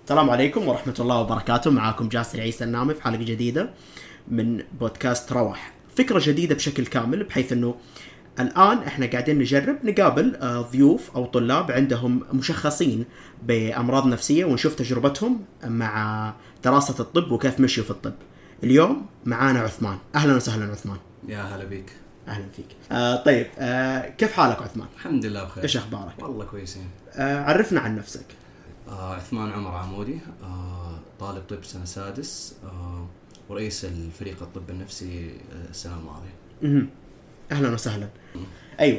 السلام عليكم ورحمة الله وبركاته. معاكم جاسر عيسى النامي في حلقة جديدة من بودكاست روح. فكرة جديدة بشكل كامل، بحيث أنه الآن إحنا قاعدين نجرب نقابل ضيوف أو طلاب عندهم مشخصين بأمراض نفسية ونشوف تجربتهم مع دراسة الطب وكيف مشيوا في الطب. اليوم معانا عثمان. أهلا وسهلا عثمان. يا هلا بيك. أهلا فيك. طيب، كيف حالك عثمان؟ الحمد لله بخير. إيش أخبارك؟ والله كويسين. عرفنا عن نفسك. عثمان عمر عمودي، طالب طب سنة سادس، ورئيس الفريق الطب النفسي السنة الماضية. أهلا وسهلا. أيوة.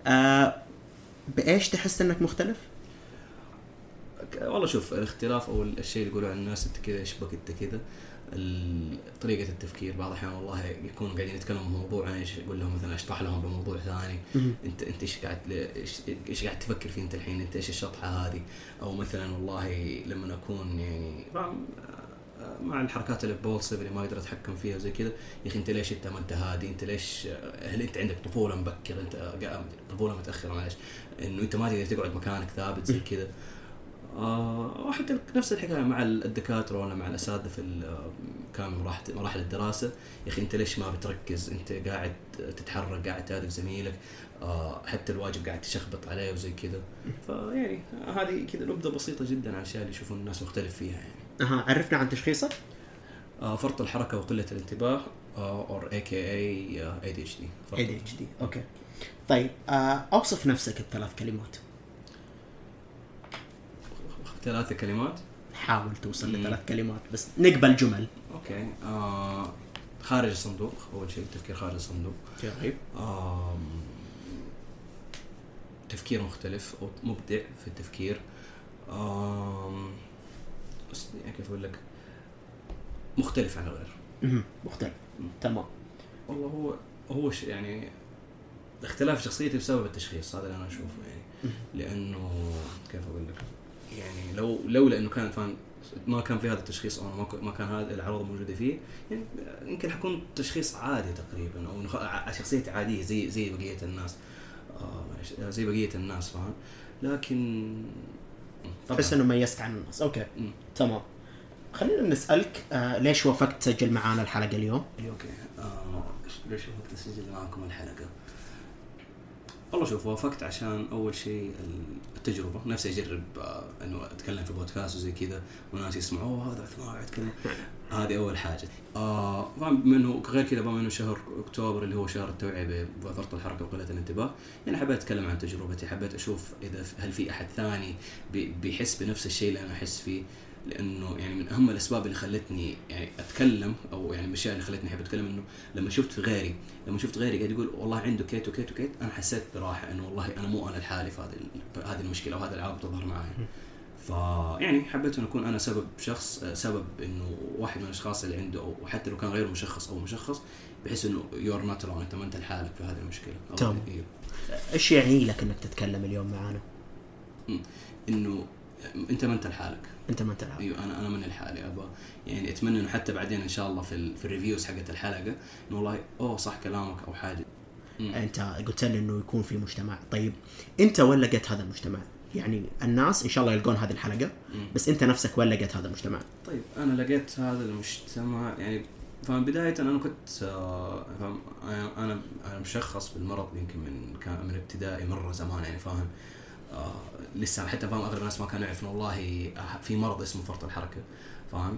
بإيش تحس أنك مختلف؟ والله شوف، الاختلاف أو الشيء اللي يقولوا عن الناس أنت كذا يشبك أنت كذا، طريقة التفكير. بعض الأحيان والله يكونوا قاعدين يتكلموا بموضوع، أنا يقول لهم مثلا أشطح لهم بموضوع ثاني. أنت إيش قاعد تفكر فيه أنت الحين؟ أنت إيش الشطحة هذه؟ أو مثلا والله لما أكون يعني مع الحركات البولسيف اللي ما أقدر أتحكم فيها زي كذا، يا أخي أنت ليش أنت ما أنت هادي؟ أنت ليش؟ هل أنت عندك طفولة مبكرة؟ أنت طفولة متأخرة؟ معلش، إنه أنت ما تقدر تقعد مكانك ثابت زي كذا. وحتى نفس الحكاية مع الدكاترة ولا مع الأساتذة في كامل مراحل الدراسة. يا أخي أنت ليش ما بتركز؟ أنت قاعد تتحرك، قاعد تعرف زميلك، حتى الواجب قاعد تشخبط عليه وزي كذا. فيعني هذه كذا نبذة بسيطة جدا عن الأشياء اللي يشوفون الناس مختلف فيها يعني. عرفنا عن تشخيصك. فرط الحركة وقلة الانتباه، or AKA ADHD. ADHD. أوكي. طيب، أوصف نفسك بثلاث كلمات. 3 كلمات. حاول توصل لثلاث كلمات بس نقبل جمل. اوكي. خارج الصندوق. اول شيء تفكير خارج الصندوق. طيب. تفكير مختلف او مبدع في التفكير. يعني كيف اقول لك، مختلف عن الغير. مختلف. تمام. والله هو يعني اختلاف شخصيتي بسبب التشخيص، هذا اللي انا اشوفه يعني. لانه كيف اقول لك، يعني لو لانه كان فان ما كان في هذا التشخيص او ما كان هذه الاعراض موجوده فيه، يعني يمكن حكون تشخيص عادي تقريبا، او شخصيتي عاديه زي بقيه الناس، زي بقيه الناس، فاهم؟ لكن تحس انه ميزت عن الناس. اوكي. تمام. خلينا نسالك، ليش وافقت تسجل معنا الحلقه اليوم؟ اوكي. ليش وافقت اسجل معكم الحلقه؟ والله شوف، وافقت عشان أول شيء التجربة، نفسي أجرب إنه أتكلم في بودكاست وزي كذا وناس يسمعوه هذا عثمان يتكلم. هذه أول حاجة. منه غير كذا، بما إنه شهر أكتوبر اللي هو شهر التوعية بفرط الحركة وقلة الانتباه، يعني حبيت أتكلم عن تجربتي، حبيت أشوف إذا هل في أحد ثاني بيحس بنفس الشيء اللي أنا أحس فيه. لأنه يعني من أهم الأسباب اللي خلتني يعني أتكلم، أو يعني الأشياء اللي خلتني أحب أتكلم، إنه لما شفت غيري قاعد يقول والله عنده كيت وكيت وكيت، أنا حسيت براحة إنه والله أنا مو أنا الحالي في هذه المشكلة وهذا العاب تظهر معي. فيعني حبيت أن أكون أنا سبب إنه واحد من الأشخاص اللي عنده، أو حتى لو كان غير مشخص أو مشخص، بحيث إنه you're not alone، أنت ما أنت لحالك في هذه المشكلة. تمام. إيش يعني لك إنك تتكلم اليوم معنا؟ إنه أنت ما أنت لحالك. أيوة، أنا من الحالي. أبغى يعني أتمنى إنه حتى بعدين إن شاء الله في الريفيوز حقت الحلقة إنه والله صح كلامك أو حاجة. أنت قلت لي إنه يكون في مجتمع. طيب أنت وين لقيت هذا المجتمع؟ يعني الناس إن شاء الله يلقون هذه الحلقة، بس أنت نفسك وين لقيت هذا المجتمع؟ طيب أنا لقيت هذا المجتمع يعني فمن بداية أنا كنت أنا مشخص بالمرض يمكن من ابتدائي مرة زمان، يعني فاهم. لسه حتى فاهم أغلب الناس ما كانوا يعرفون والله في مرض اسمه فرط الحركة، فاهم.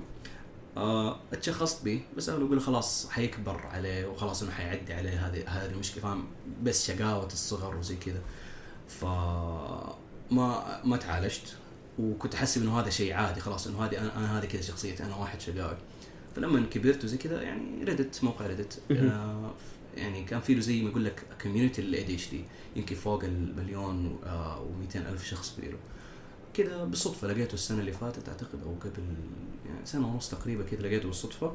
اتشخصت به، بس أنا أقول خلاص حيكبر عليه وخلاص إنه حيعدي عليه هذه المشكلة، فاهم، بس شقاوة الصغر وزي كذا. ما تعالجت، وكنت أحسب إنه هذا شيء عادي، خلاص إنه أنا هذه كذا شخصيتي، أنا واحد شقاوي. فلما كبرت وزي كذا يعني موقع ريدت يعني كان فيه زي ما يقول لك كوميونيتي للADHD، يمكن فوق 1,200,000 شخص فيه كده. بالصدفة لقيته السنة اللي فاتت أعتقد، أو قبل يعني سنة ونص تقريبا كده، لقيته بالصدفة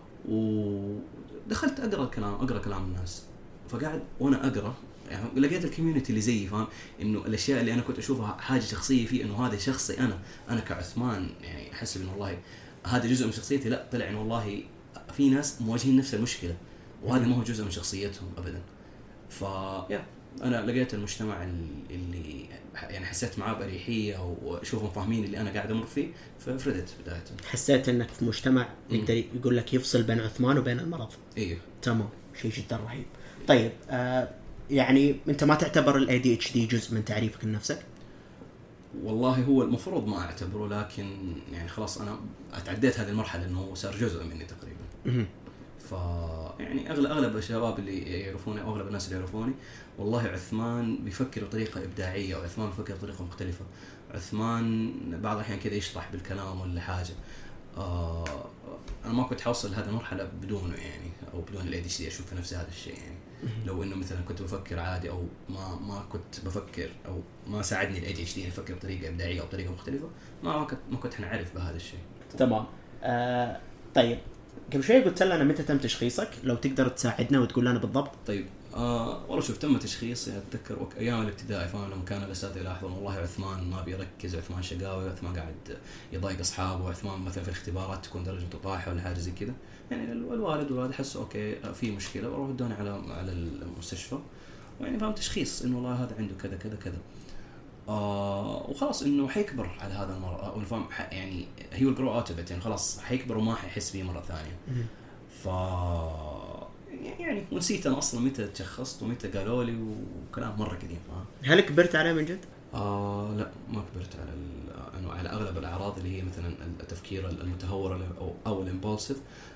ودخلت أقرأ كلام الناس. فقاعد وأنا أقرأ يعني لقيت الكوميونيتي اللي زي، فاهم، إنه الأشياء اللي أنا كنت أشوفها حاجة شخصية فيه، إنه هذا شخصي أنا كعثمان، يعني أحسب إنه والله هذا جزء من شخصيتي. لا، طلع إنه والله في ناس مواجهين نفس المشكلة، وهذا ما هو جزء من شخصيتهم أبدا. انا لقيت المجتمع اللي يعني حسيت معاه بأريحية واشوفهم فاهمين اللي انا قاعد امر فيه، ففردت بداية. حسيت انك في مجتمع يقدر يقول لك يفصل بين عثمان وبين المرض. ايوه تمام، شيء جدا رهيب. طيب يعني انت ما تعتبر ال ADHD جزء من تعريفك لنفسك؟ والله هو المفروض ما اعتبره، لكن يعني خلاص انا اتعديت هذه المرحلة انه صار جزء مني تقريبا. ف يعني اغلب الشباب اللي يعرفوني او اغلب الناس اللي يعرفوني، والله عثمان بيفكر بطريقه ابداعيه، او عثمان بيفكر بطريقه مختلفه. عثمان بعض الاحيان كذا يشطح بالكلام ولا حاجه. انا ما كنت حوصل لهذه المرحله بدونه يعني، او بدون ال ADHD اشوف في نفسي هذا الشيء يعني. لو انه مثلا كنت بفكر عادي، او ما كنت بفكر، او ما ساعدني ال ADHD افكر بطريقه ابداعيه او بطريقه مختلفه، ما كنت حنعرف بهذا الشيء. تمام. طيب قبل شوي قلت لنا متى تم تشخيصك، لو تقدر تساعدنا وتقول لنا بالضبط. طيب والله شوف، تم تشخيصي اتذكر ايام الابتدائي، فاهم لما كان الاساتذه يلاحظون والله عثمان ما بيركز، عثمان شقاوي، عثمان قاعد يضايق اصحابه، عثمان مثلا في الاختبارات تكون درجته طايحه ولا حاجه زي كذا، يعني الوالد والوالد حسوا اوكي في مشكله، وراحوا ودوني على المستشفى، ويعني فهم تشخيص انه والله هذا عنده كذا كذا كذا. وخلاص انه حيكبر على هذا المرض، ونفهم يعني هي الجرو اوت يعني خلاص حيكبر وما حيحس فيه مره ثانيه. ف يعني ونسيت انا اصلا متى تشخصت ومتى قالوا لي، وكلام مره قديم. هل كبرت عليه من جد؟ لا ما كبرت على انه على اغلب الاعراض اللي هي مثلا التفكير المتهور او الامبولسيف.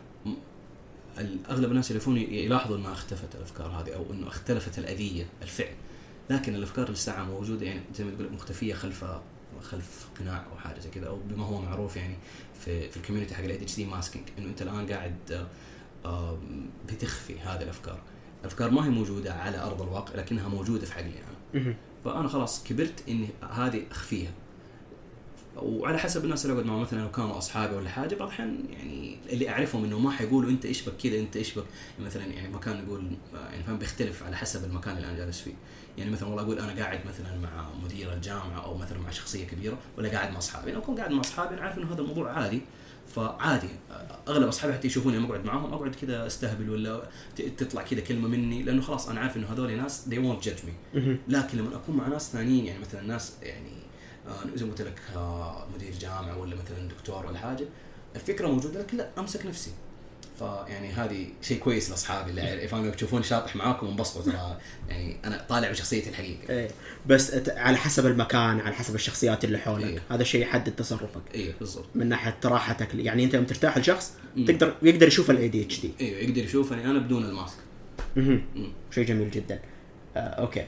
اغلب الناس يعرفوني يلاحظوا انها اختفت الافكار هذه، او انه اختلفت الاذيه الفعل، لكن الافكار لسه موجوده يعني زي ما تقول مختفيه خلف قناع او حاجه زي كذا، او بما هو معروف يعني في الكوميونتي حق ال ADHD ماسكينج، انه انت الان قاعد بتخفي هذه الافكار ما هي موجوده على ارض الواقع، لكنها موجوده في عقلي انا. فانا خلاص كبرت اني هذه اخفيها، وعلى حسب الناس اللي اقعد معهم، مثلا لو كانوا اصحابي ولا حاجه، بعض الاحيان يعني اللي اعرفهم انه ما حيقولوا انت ايش بك كذا، انت ايش بك مثلا، يعني مكان يقول يعني فهم بيختلف على حسب المكان اللي انا جالس فيه. يعني مثلا والله اقول انا قاعد مثلا مع مدير الجامعه، او مثلا مع شخصيه كبيره، ولا قاعد مع اصحابي. لو كنت قاعد مع اصحابي انا عارف انه هذا الموضوع عادي، فعادي اغلب اصحابي حتى يشوفوني لما اقعد معاهم اقعد كذا استهبل، ولا تطلع كذا كلمه مني، لانه خلاص انا عارف انه هذول ناس they won't judge me. لكن لما اكون مع ناس ثانيين، يعني مثلا ناس يعني زي ما قلت لك مدير جامعه ولا مثلا دكتور ولا حاجه، الفكره موجوده لكن لا امسك نفسي. فيعني هذه شيء كويس لاصحابي اللي فاهمين تشوفوني شاطح معاكم وانبسطوا، ترى يعني انا طالع بشخصيتي الحقيقيه. إيه. بس على حسب المكان، على حسب الشخصيات اللي حولك. إيه. هذا الشيء يحدد تصرفك. ايه بالضبط، من ناحيه راحتك، يعني انت لما ترتاح لشخص يقدر يشوف ال ADHD. ايوه يقدر يشوفني انا بدون الماسك. شيء جميل جدا. اوكي.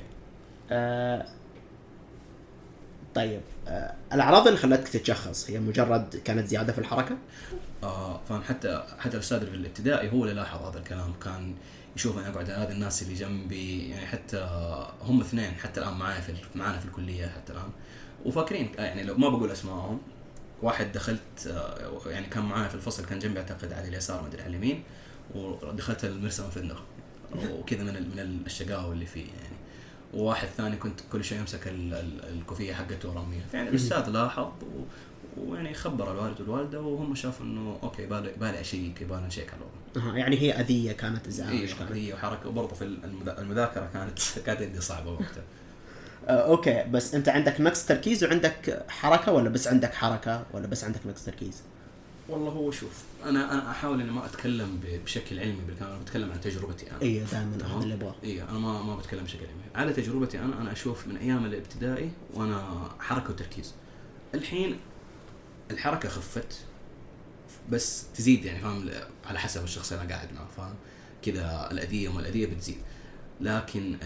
طيب الاعراض اللي خلتك تتشخص هي مجرد كانت زياده في الحركه؟ فاهم حتى الاستاذ في الابتدائي هو اللي لاحظ هذا الكلام، كان يشوف انا اقعد هذا الناس اللي جنبي، يعني حتى هم اثنين حتى الان معانا في الكليه حتى الان، وفاكرين يعني لو ما بقول اسمائهم. واحد دخلت يعني كان معايا في الفصل، كان جنبي اعتقد على اليسار ما ادري على اليمين، ودخلت المرسم في النغ وكذا من الشقاوه اللي فيه يعني. وواحد ثاني كنت كل شيء يمسك الكوفيه حقته وراميها، يعني الاستاذ لاحظ ويعني خبر الوالد والوالده، وهم شافوا انه اوكي بالي اشيك، يبغى نشيك على الوضع. يعني هي اذيه كانت ازعاج. ايه اذيه وحركه، وبرضه في المذاكره كانت يدي صعبه وقتها. اوكي، بس انت عندك نقص تركيز وعندك حركه، ولا بس عندك حركه، ولا بس عندك نقص تركيز؟ والله هو شوف، انا احاول اني ما اتكلم بشكل علمي بالكامل، بتكلم عن تجربتي انا. ايه دائما هذا اللي ابغاه. ايه انا ما بتكلم بشكل علمي على تجربتي انا اشوف من ايام الابتدائي وانا حركه وتركيز. الحين الحركه خفت بس تزيد، يعني فاهم على حسب الشخص اللي انا قاعد معه، فاهم كذا الاذيه وما الاذيه بتزيد، لكن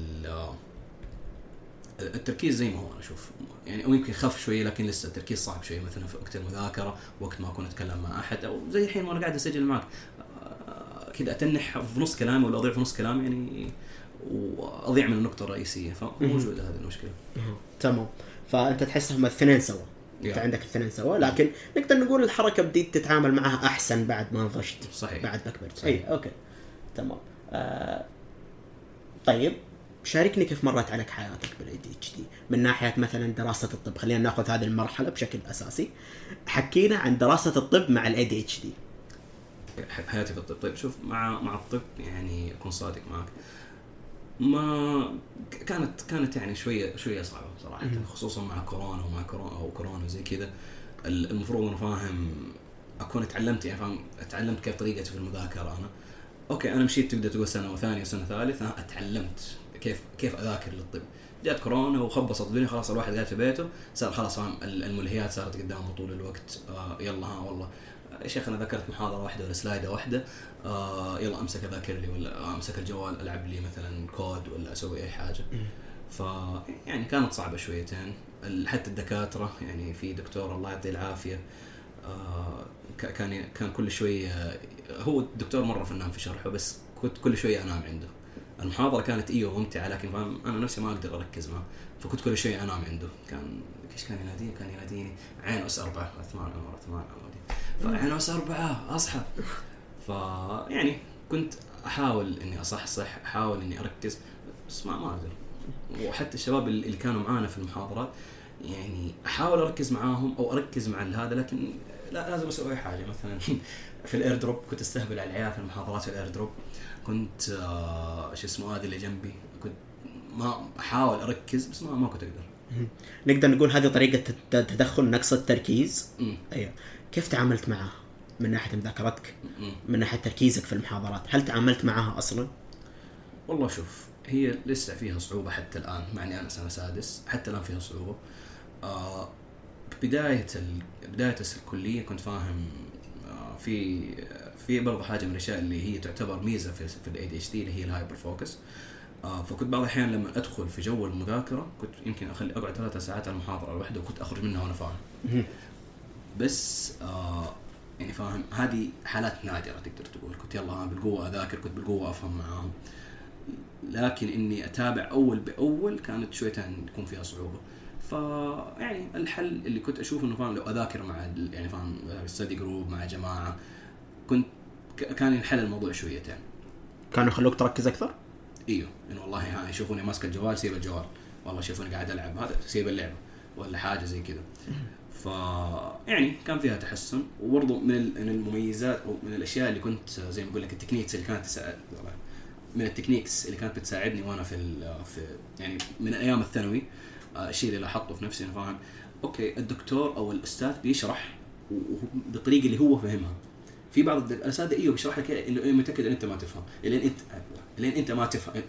التركيز زي ما هو انا اشوف يعني، او يمكن خف شويه، لكن لسه التركيز صعب شويه، مثلا في وقت المذاكره، وقت ما اكون اتكلم مع احد، او زي الحين وانا قاعد اسجل معك كذا اتنح في نص كلامي ولا اضيع في نص كلامي يعني، واضيع من النقطه الرئيسيه، فموجوده هذه المشكله. تمام. فانت تحسهم الاثنين سوا. انت عندك الاثنين سوا، لكن نقدر نقول الحركه بديت تتعامل معها احسن بعد ما نضجت. صحيح. بعد ما كبرت. اي اوكي تمام. طيب شاركني كيف مرت عليك حياتك بالADHD من ناحيه مثلا دراسه الطب. خلينا ناخذ هذه المرحله بشكل اساسي. حكينا عن دراسه الطب مع الADHD. حياتي في الطب. طيب شوف، مع الطب يعني اكون صادق معك، ما كانت يعني شويه صعبه صراحه، خصوصا مع كورونا وكورونا وزي كذا. المفروض انا فاهم اكون اتعلمت، يعني فاهم اتعلمت كيف طريقتي في المذاكره. انا اوكي انا مشيت تقدر تقول سنه وثانيه وسنه ثالثه اتعلمت كيف اذاكر للطب. جات كورونا وخبصت الدنيا، خلاص الواحد قاعد في بيته، صار خلاص فاهم الملهيات صارت قدامه طول الوقت. يلا والله يا شيخ انا ذكرت محاضره واحده ولا سلايده واحده، يلا امسك اذاكر لي، ولا امسك الجوال العب لي مثلا كود ولا اسوي اي حاجه. يعني كانت صعبه شويتين. حتى الدكاتره، يعني في دكتور الله يعطيه العافيه كان كل شويه، هو الدكتور مره فنان في شرحه، بس كنت كل شويه انام عنده. المحاضره كانت ممتعه، لكن فاهم انا نفسي ما اقدر اركز معه، فكنت كل شويه انام عنده. كان يناديني عين أس 4 8 فعين أس 4 اصحى. يعني كنت احاول اني اصحصح، احاول اني اركز، بس ما اقدر. وحتى الشباب اللي كانوا معانا في المحاضرات يعني احاول اركز معاهم او اركز مع هذا، لكن لا لازم اسوي حاجه. مثلا في الاير دروب كنت استهبل على العيال في المحاضرات. في الاير دروب كنت شو اسمه هذا اللي جنبي، كنت ما احاول اركز، بس ما كنت اقدر. نقدر نقول هذه طريقه تدخل نقص التركيز. ايوه. كيف تعاملت معها من ناحيه مذاكرتك، من ناحيه تركيزك في المحاضرات؟ هل تعاملت معها اصلا؟ والله شوف، هي لسه فيها صعوبه حتى الان، مع اني انا سنه سادس حتى الان فيها صعوبه. بدايه الكليه كنت فاهم في برضه حاجه من الاشياء اللي هي تعتبر ميزه في ADHD اللي هي الهايبر فوكس. فكنت بعض الأحيان لما أدخل في جو المذاكرة كنت يمكن أقعد 3 ساعات على المحاضرة الواحدة، وكنت أخرج منها وأنا فاهم. بس يعني فاهم هذه حالات نادرة تقدر تقول. كنت يلا بالقوة أذاكر، كنت بالقوة أفهم معاهم، لكن إني أتابع أول بأول كانت شويتين تكون فيها صعوبة. يعني الحل اللي كنت أشوف إنه فاهم لو أذاكر مع يعني فاهم ستدي جروب مع جماعة، كان ينحل الموضوع شويتين. كانوا يخلوك تركز أكثر؟ ايوه، انه والله يشوفوني ماسك الجوال سيب الجوال، والله يشوفوني قاعد العب هذا سيب اللعبه، ولا حاجه زي كذا. يعني كان فيها تحسن. وبرضه من المميزات او من الاشياء اللي كنت زي ما اقول لك التكنيكس اللي كانت من التكنيكس اللي كانت بتساعدني وانا في يعني من ايام الثانوي. الشيء اللي لاحظته في نفسي انه فاهم اوكي الدكتور او الاستاذ بيشرح بالطريقه اللي هو فهمها. في بعض الاساتذه بيشرح لك انه متاكد ان انت ما تفهم، لين انت ما تفهم،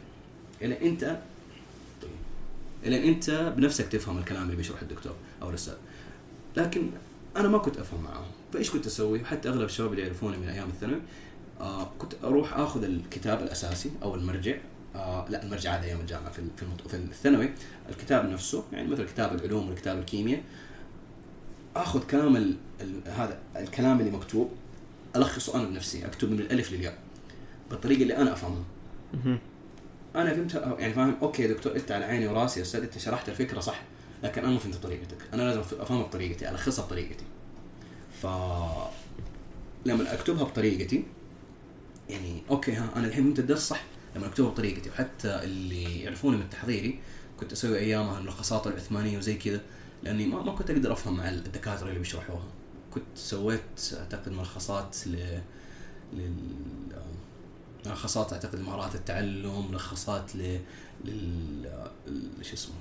لين انت بنفسك تفهم الكلام اللي بيشرح الدكتور او الاستاذ. لكن انا ما كنت افهم معهم، فايش كنت اسوي؟ حتى اغلب الشباب اللي يعرفوني من ايام الثانوي كنت اروح اخذ الكتاب الاساسي او المرجع. لا المرجع هذا ايام الجامعه. في الثانوي الكتاب نفسه، يعني مثل كتاب العلوم والكتاب الكيمياء، اخذ كامل هذا الكلام اللي مكتوب، الخصه انا بنفسي، اكتب من الالف للياء بالطريقه اللي انا افهمها. انا فهمت يعني فاهم اوكي دكتور انت على عيني وراسي يا استاذ، انت شرحت الفكره صح، لكن انا ما فهمت طريقتك، انا لازم افهمها بطريقتي، الخصها بطريقتي. لما اكتبها بطريقتي يعني اوكي انا الحين فهمت الدرس صح لما اكتبها بطريقتي. وحتى اللي يعرفوني من تحضيري كنت اسوي ايامها الملخصات العثمانيه وزي كذا، لاني ما كنت اقدر افهم مع الدكاتره اللي بيشرحوها. كنت سويت اعتقد ملخصات ملخصات اعتقد مهارات التعلم، ملخصات شو اسمه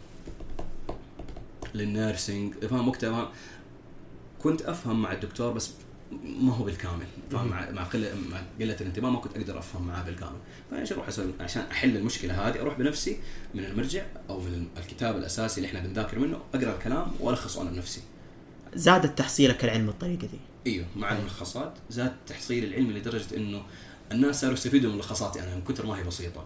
للنيرسينج. فاهم وقتها كنت افهم مع الدكتور بس ما هو بالكامل، فاهم مع قله الانتباه ما كنت اقدر افهم معاه بالكامل. فايش اروح اسوي عشان احل المشكله هذه؟ اروح بنفسي من المرجع او من الكتاب الاساسي اللي احنا بنذاكر منه، اقرا الكلام والخصه انا بنفسي. زادت تحصيلك العلم بالطريقه دي؟ ايوه، مع الملخصات زاد تحصيل العلم لدرجه انه الناس صاروا يستفيدوا من ملخصاتي انا من كثر ما هي بسيطه.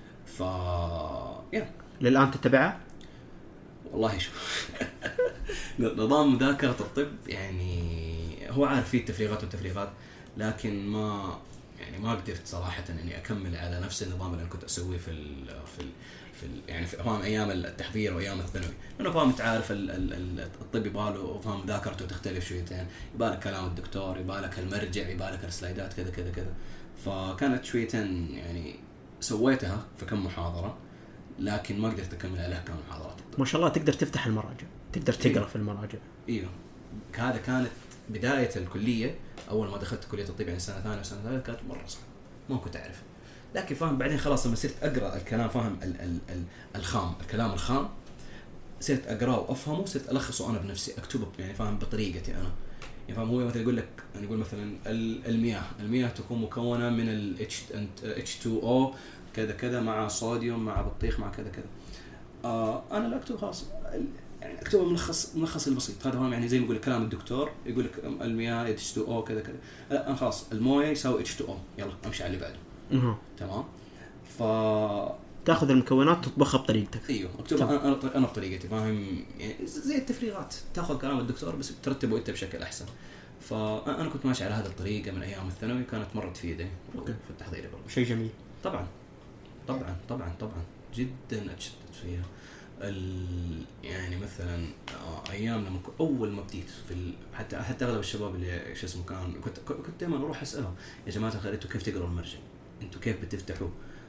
للان تتبعها؟ والله شوف نظام مذاكره الطب يعني هو عارف فيه التفريغات لكن ما قدرت صراحه اني اكمل على نفس النظام اللي كنت اسويه في يعني في فاهم ايام التحضير وايام الثانوي. لانه فاهم تعرف الطب يباله فاهم ذاكرته تختلف شويتين، يبالك كلام الدكتور، يبالك المرجع، يبالك السلايدات كذا كذا كذا. فكانت شويتين يعني سويتها في كم محاضره، لكن ما قدرت اكمل عليها كم محاضرات. ما شاء الله تقدر تفتح المراجع، تقدر تقرا في المراجع. ايوه، هذا كانت بدايه الكليه. اول ما دخلت كليه الطب يعني سنه ثانيه وسنه ثالثه كانت مره صعبه، ما كنت اعرف. لكن فاهم بعدين خلاص لما صرت اقرا الكلام فاهم الكلام الخام صرت اقراه وافهمه، صرت الخصه انا بنفسي اكتبه يعني فاهم بطريقتي انا يعني فاهم. هو مثلا يقول لك يعني يقول مثلا المياه تكون مكونه من ال H2O كذا كذا مع صوديوم مع بطيخ مع كذا كذا. انا لا اكتب خلاص يعني اكتبه ملخص البسيط هذا هو يعني زي ما يقول كلام الدكتور يقول لك المياه H2O كذا كذا، لا انا خلاص المويه يساوي H2O يلا امشي على اللي بعده. تمام. تاخذ المكونات تطبخها بطريقتك. ايوه اكتبها انا بطريقتي فاهم يعني زي التفريغات تاخذ كلام الدكتور بس ترتبه انت بشكل احسن. فانا كنت ماشي على هذه الطريقه من ايام الثانوي، كانت مرت في يدي في التحضير برضه شيء جميل. طبعا جدا اتشتت فيها. يعني مثلا ايام لما اول ما بديت في حتى اغلب الشباب اللي شو اسمه كنت دائما اروح اسالهم يا جماعه الخير انتوا كيف تقروا المرجع، انتوا كيف بتفتحوا؟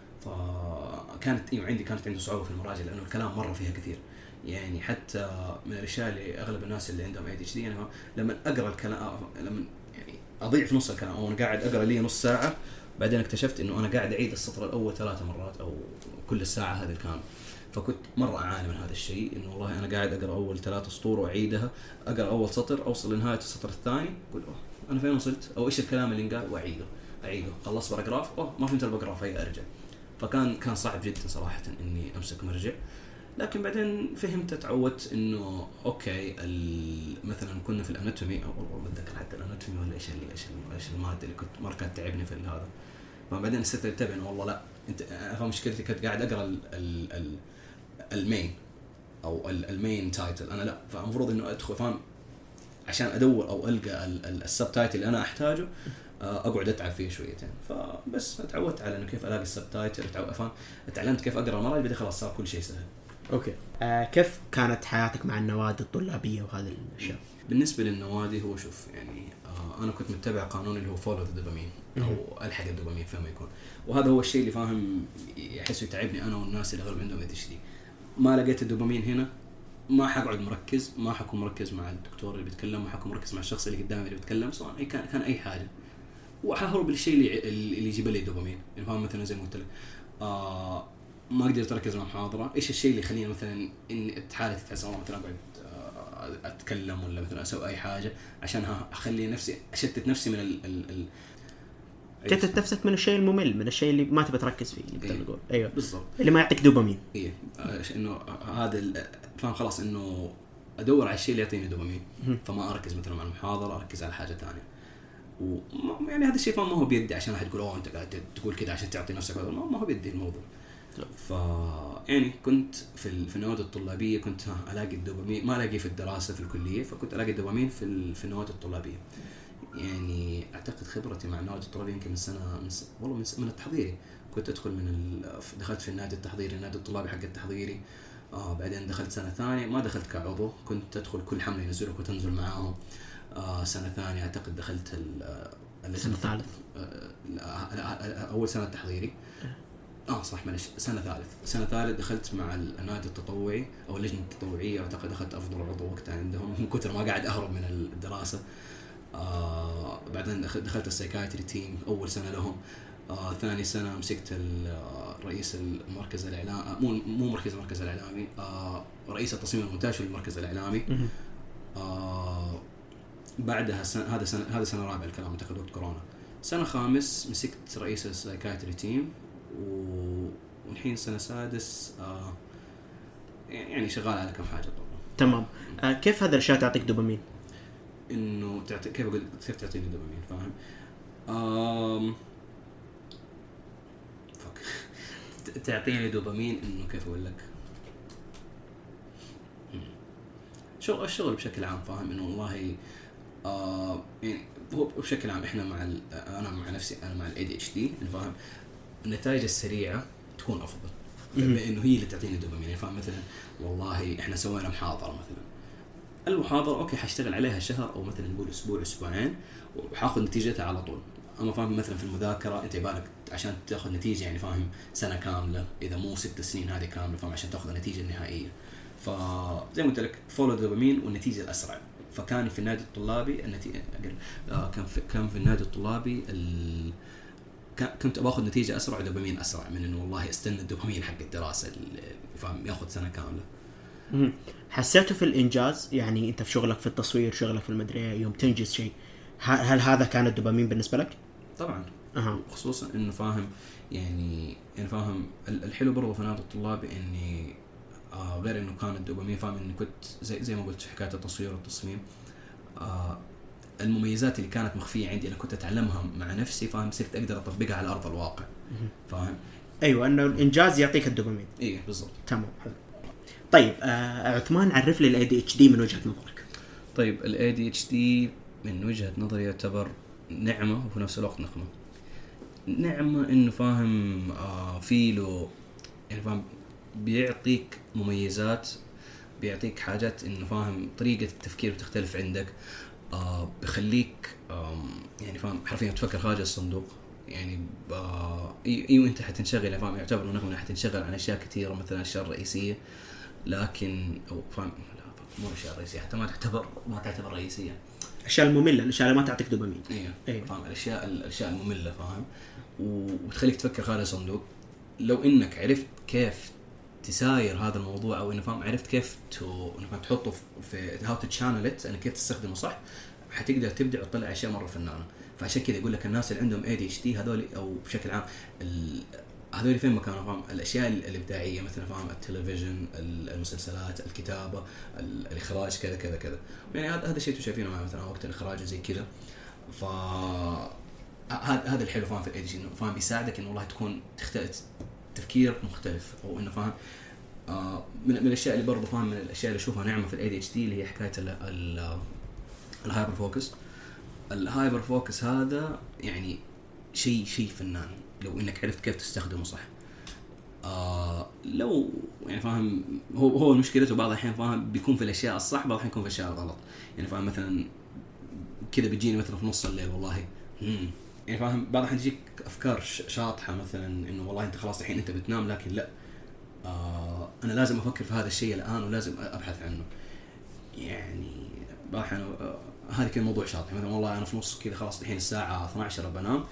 فكانت كانت عنده صعوبه في المراجعه لانه الكلام مره فيها كثير يعني. حتى من الاشياء اللي اغلب الناس اللي عندهم ADHD يعني لما اقرا الكلام لما يعني اضيع في نص الكلام او انا قاعد اقرا لي نص ساعه بعدين اكتشفت انه انا قاعد اعيد السطر الاول 3 مرات او كل الساعه هذه الكامله. فكنت مره اعاني من هذا الشيء انه والله انا قاعد اقرا اول 3 سطور واعيدها، اقرا اول سطر اوصل لنهايه السطر الثاني اقول انا فين وصلت او ايش الكلام اللي انقال واعيده خلصت باراجراف ما فهمت الباراجراف هي ارجع. فكان صعب جدا صراحه اني امسك مرجع. لكن بعدين فهمت تعودت انه اوكي مثلا كنا في الاناتومي او والله بتذكر حتى الاناتومي ولا ايش الماده اللي كنت مره كانت تعبني في هذا. فبعدين صرت انتبه انه والله لا انت فاهم مشكلتي كنت قاعد اقرا المين او المين تايتل انا لا فالمفروض انه ادخل فاهم عشان ادور او القى السب تايتل اللي انا احتاجه اقعد اتعب فيه شويتين. فبس تعودت على انه كيف الاقي السب تايتل تعلمت كيف اقرا المراجع بدي خلاص صار كل شيء سهل. اوكي. كيف كانت حياتك مع النوادي الطلابيه وهذه الاشياء؟ بالنسبه للنوادي هو شوف يعني انا كنت متبع قانون اللي هو فولو ذا دوبامين او الحق الدوبامين فيما يكون، وهذا هو الشيء اللي فاهم يحس يتعبني انا والناس اللي غالبا عندهم ADHD. ما لقيت الدوبامين هنا ما حقعد مركز، ما حكون مركز مع الدكتور اللي بيتكلم، ما حكون مركز مع الشخص اللي قدامي اللي بيتكلم سواء كان اي حاجه، وحهرب للشيء اللي يجيب لي الدوبامين. يعني فاهم مثلا زي ما قلت لك ما قدرت اركز مع محاضره، ايش الشيء اللي يخليني مثلا ان حالتي تتحسن مثلا اقعد اتكلم ولا مثلا اسوي اي حاجه عشان اخلي نفسي اشتت نفسي من تشتت نفسك من الشيء الممل، من الشيء اللي ما تبي تركز فيه اللي بتقول ايوه بالضبط اللي ما يعطيك دوبامين. ايه انه هذا فاهم خلاص انه ادور على الشيء اللي يعطيني دوبامين فما اركز مثلا على المحاضره اركز على حاجه ثانيه. ويعني هذا الشيء ما هو بيدي عشان احد يقول انت قاعد تقول كذا عشان تعطي نفسك، ما هو بيدي الموضوع. يعني كنت في النوادي الطلابيه كنت الاقي الدوبامين ما الاقيه في الدراسه في الكليه، فكنت الاقي الدوبامين في النوادي الطلابيه. يعني اعتقد خبرتي مع النوادي الطلابيه يمكن من التحضيري. كنت ادخل دخلت في النادي التحضيري النادي الطلابي حق التحضيري. بعدين دخلت سنه ثانيه ما دخلت كعضو، كنت ادخل كل حمله ينزلوا كنت انزل معاهم. سنه ثانيه اعتقد دخلت السنه الثالث اول سنه تحضيري صح معلش سنه ثالث دخلت مع النادي التطوعي او اللجنه التطوعيه. اعتقد اخذت افضل عضو وقتها عندهم من كثر ما قاعد اهرب من الدراسه. بعدين دخلت السايكايتري تيم اول سنه لهم. ثاني سنه مسكت رئيس المركز الاعلامي مو مركز المركز الاعلامي رئيس التصميم المونتاج في المركز الاعلامي. بعدها هذا سنه رابعه الكلام اعتقد وقت كورونا. سنه خامس مسكت رئيس السايكايتري تيم والحين سنه سادس يعني شغال على كم حاجه طبعا. تمام. كيف هذا الاشياء تعطيك دوبامين؟ انه كيف اقول كيف تعطيني دوبامين فاهم تعطيني دوبامين انه كيف اقول لك الشغل بشكل عام فاهم انه والله يعني هو بشكل عام احنا انا مع نفسي انا مع ADHD فاهم النتائج السريعه تكون افضل لانه هي اللي تعطيني دوبامين. يعني فاهم مثلا والله احنا سوينا محاضره مثلا المحاضره اوكي حاشتغل عليها شهر او مثلا نقول اسبوعين وحاخذ نتيجتها على طول. اما فاهم مثلا في المذاكره انت يبالك عشان تاخذ نتيجه يعني فاهم سنه كامله اذا مو 6 سنين هذه كامله فاهم عشان تاخذ النتيجه النهائيه. فزي ما قلت لك فولو دوبامين والنتيجه الاسرع. فكان في النادي الطلابي النتيجه كان في النادي الطلابي كنت باخذ نتيجه اسرع ودوبامين اسرع من انه والله استنى الدوبامين حق الدراسه اللي فاهم ياخذ سنه كامله. حسيته في الانجاز يعني انت في شغلك في التصوير شغلك في المدري يوم تنجز شيء هل هذا كان الدوبامين بالنسبه لك؟ طبعا خصوصا انه فاهم يعني فاهم الحلو برضه في نادي الطلاب اني غير انه كان الدوبامين فاهم اني كنت زي ما قلت في حكايه التصوير والتصميم المميزات اللي كانت مخفيه عندي انا كنت اتعلمها مع نفسي فاهم صرت اقدر اطبقها على ارض الواقع فاهم. ايوه انه الانجاز يعطيك الدوبامين. ايه بالضبط. تمام حلو. طيب عثمان عرف لي الاي دي اتش دي من وجهه نظرك. طيب الاي دي اتش دي من وجهه نظري يعتبر نعمه وفي نفس الوقت نقمه. نعمه انه فاهم في له يعني فاهم بيعطيك مميزات بيعطيك حاجات انه فاهم طريقه التفكير بتختلف عندك بخليك يعني فاهم حرفيا تفكر خارج الصندوق يعني ايوه انت حتنشغل فاهم يعتبر انه نحن حتنشغل عن اشياء كثيره مثلا الاشياء الرئيسيه لكن او فاهم مو الاشياء الرئيسيه حتى ما تعتبر رئيسيه الاشياء الممله الاشياء اللي ما تعطيك دوبامين. ايوه فاهم الاشياء الممله فاهم وتخليك تفكر خارج الصندوق. لو انك عرفت كيف تساير هذا الموضوع او انه فاهم عرفت كيف انك تحطه في هاو تو شانل ات انك كيف تستخدمه صح حتقدر تبدع وتطلع اشياء مره فنانه. فعشان كذا يقول لك الناس اللي عندهم ADHD هذول او بشكل عام هذول فين مكانهم فاهم الاشياء الابداعيه مثلا فاهم التلفزيون المسلسلات الكتابه الاخراج كذا كذا كذا يعني هذا الشيء انتم شايفينه معي مثلا وقت الاخراج وزي كذا. ف هذا الحلو فاهم في ADHD انه فاهم بيساعدك انه والله تكون تفكير مختلف او انه فاهم من الاشياء اللي برضه فاهم من الاشياء اللي اشوفها نعمه في ADHD اللي هي حكايه الهايبر فوكس. الهايبر فوكس هذا يعني شيء فنان لو انك عرفت كيف تستخدمه صح. لو يعني فاهم هو مشكلته بعض الأحيان فاهم بيكون في الاشياء الصح بعض الأحيان يكون في الاشياء الغلط يعني فاهم مثلا كذا بيجيني مثلا في نص الليل والله يعني فاهم بعض الأحيان تجيك افكار شاطحه مثلا انه والله انت خلاص الحين انت بتنام لكن لا انا لازم افكر في هذا الشيء الان ولازم ابحث عنه يعني بعض الأحيان هذا كان موضوع شاطح مثلا والله انا في نص كذا خلاص الحين الساعه 12 بنام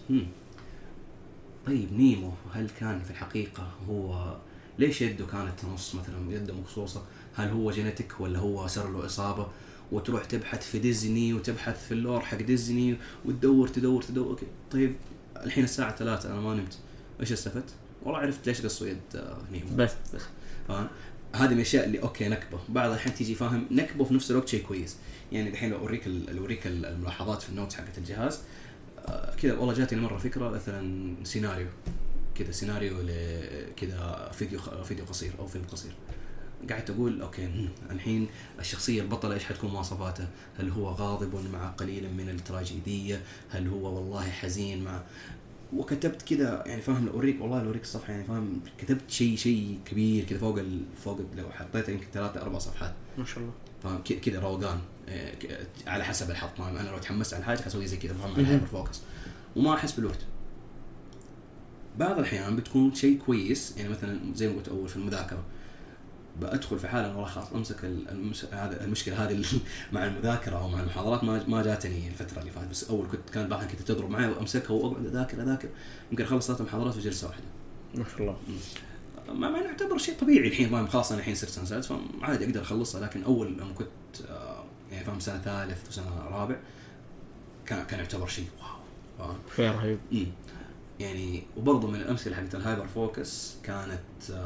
طيب نيمو هل كان في الحقيقه هو ليش يده كانت نص مثلا يده مقصوصه هل هو جينيتك ولا هو صار له اصابه وتروح تبحث في ديزني وتبحث في اللور حق ديزني وتدور اوكي طيب الحين الساعه 3 انا ما نمت ايش استفدت والله عرفت ليش قصوا يد نيمو بس هذه من الاشياء اللي اوكي نكبه بعض الحين تيجي فاهم نكبه في نفس الوقت شيء كويس يعني الحين لو اوريك الملاحظات في النوتس حقت الجهاز كذا والله جاتني مره فكره مثلا سيناريو كذا فيديو قصير او فيلم قصير قاعد اقول اوكي الحين الشخصيه البطله ايش حتكون مواصفاتها هل هو غاضب مع قليل من التراجيديه هل هو والله حزين مع وكتبت كذا يعني فاهم لو اوريك الصفحه يعني فاهم كتبت شيء كبير كذا فوق لو حطيته يمكن 3-4 صفحات ما شاء الله فاهم كذا روقان على حسب الحظ فاهم انا لو تحمست على حاجه حسوي زي كذا فاهم على الهايبر فوكس وما احس بالوقت. بعض الاحيان بتكون شيء كويس يعني مثلا زي ما قلت اول في المذاكره بادخل في حاله والله خلاص امسك هذا المشكله هذه مع المذاكره او مع المحاضرات ما جاتني الفتره اللي فاتت بس اول كان بعضها كنت تضرب معي وامسكها واقعد اذاكر يمكن اخلص 3 محاضرات في جلسه واحده ما شاء الله. ما نعتبر شيء طبيعي الحين فاهم خلاص انا الحين صرت سنه سادس فعادي اقدر اخلصها لكن اول لما كنت يعني فاهم سنه ثالث وسنه رابع كان يعتبر شيء واو شيء رهيب يعني. وبرضه من الامثله حقت الهايبر فوكس كانت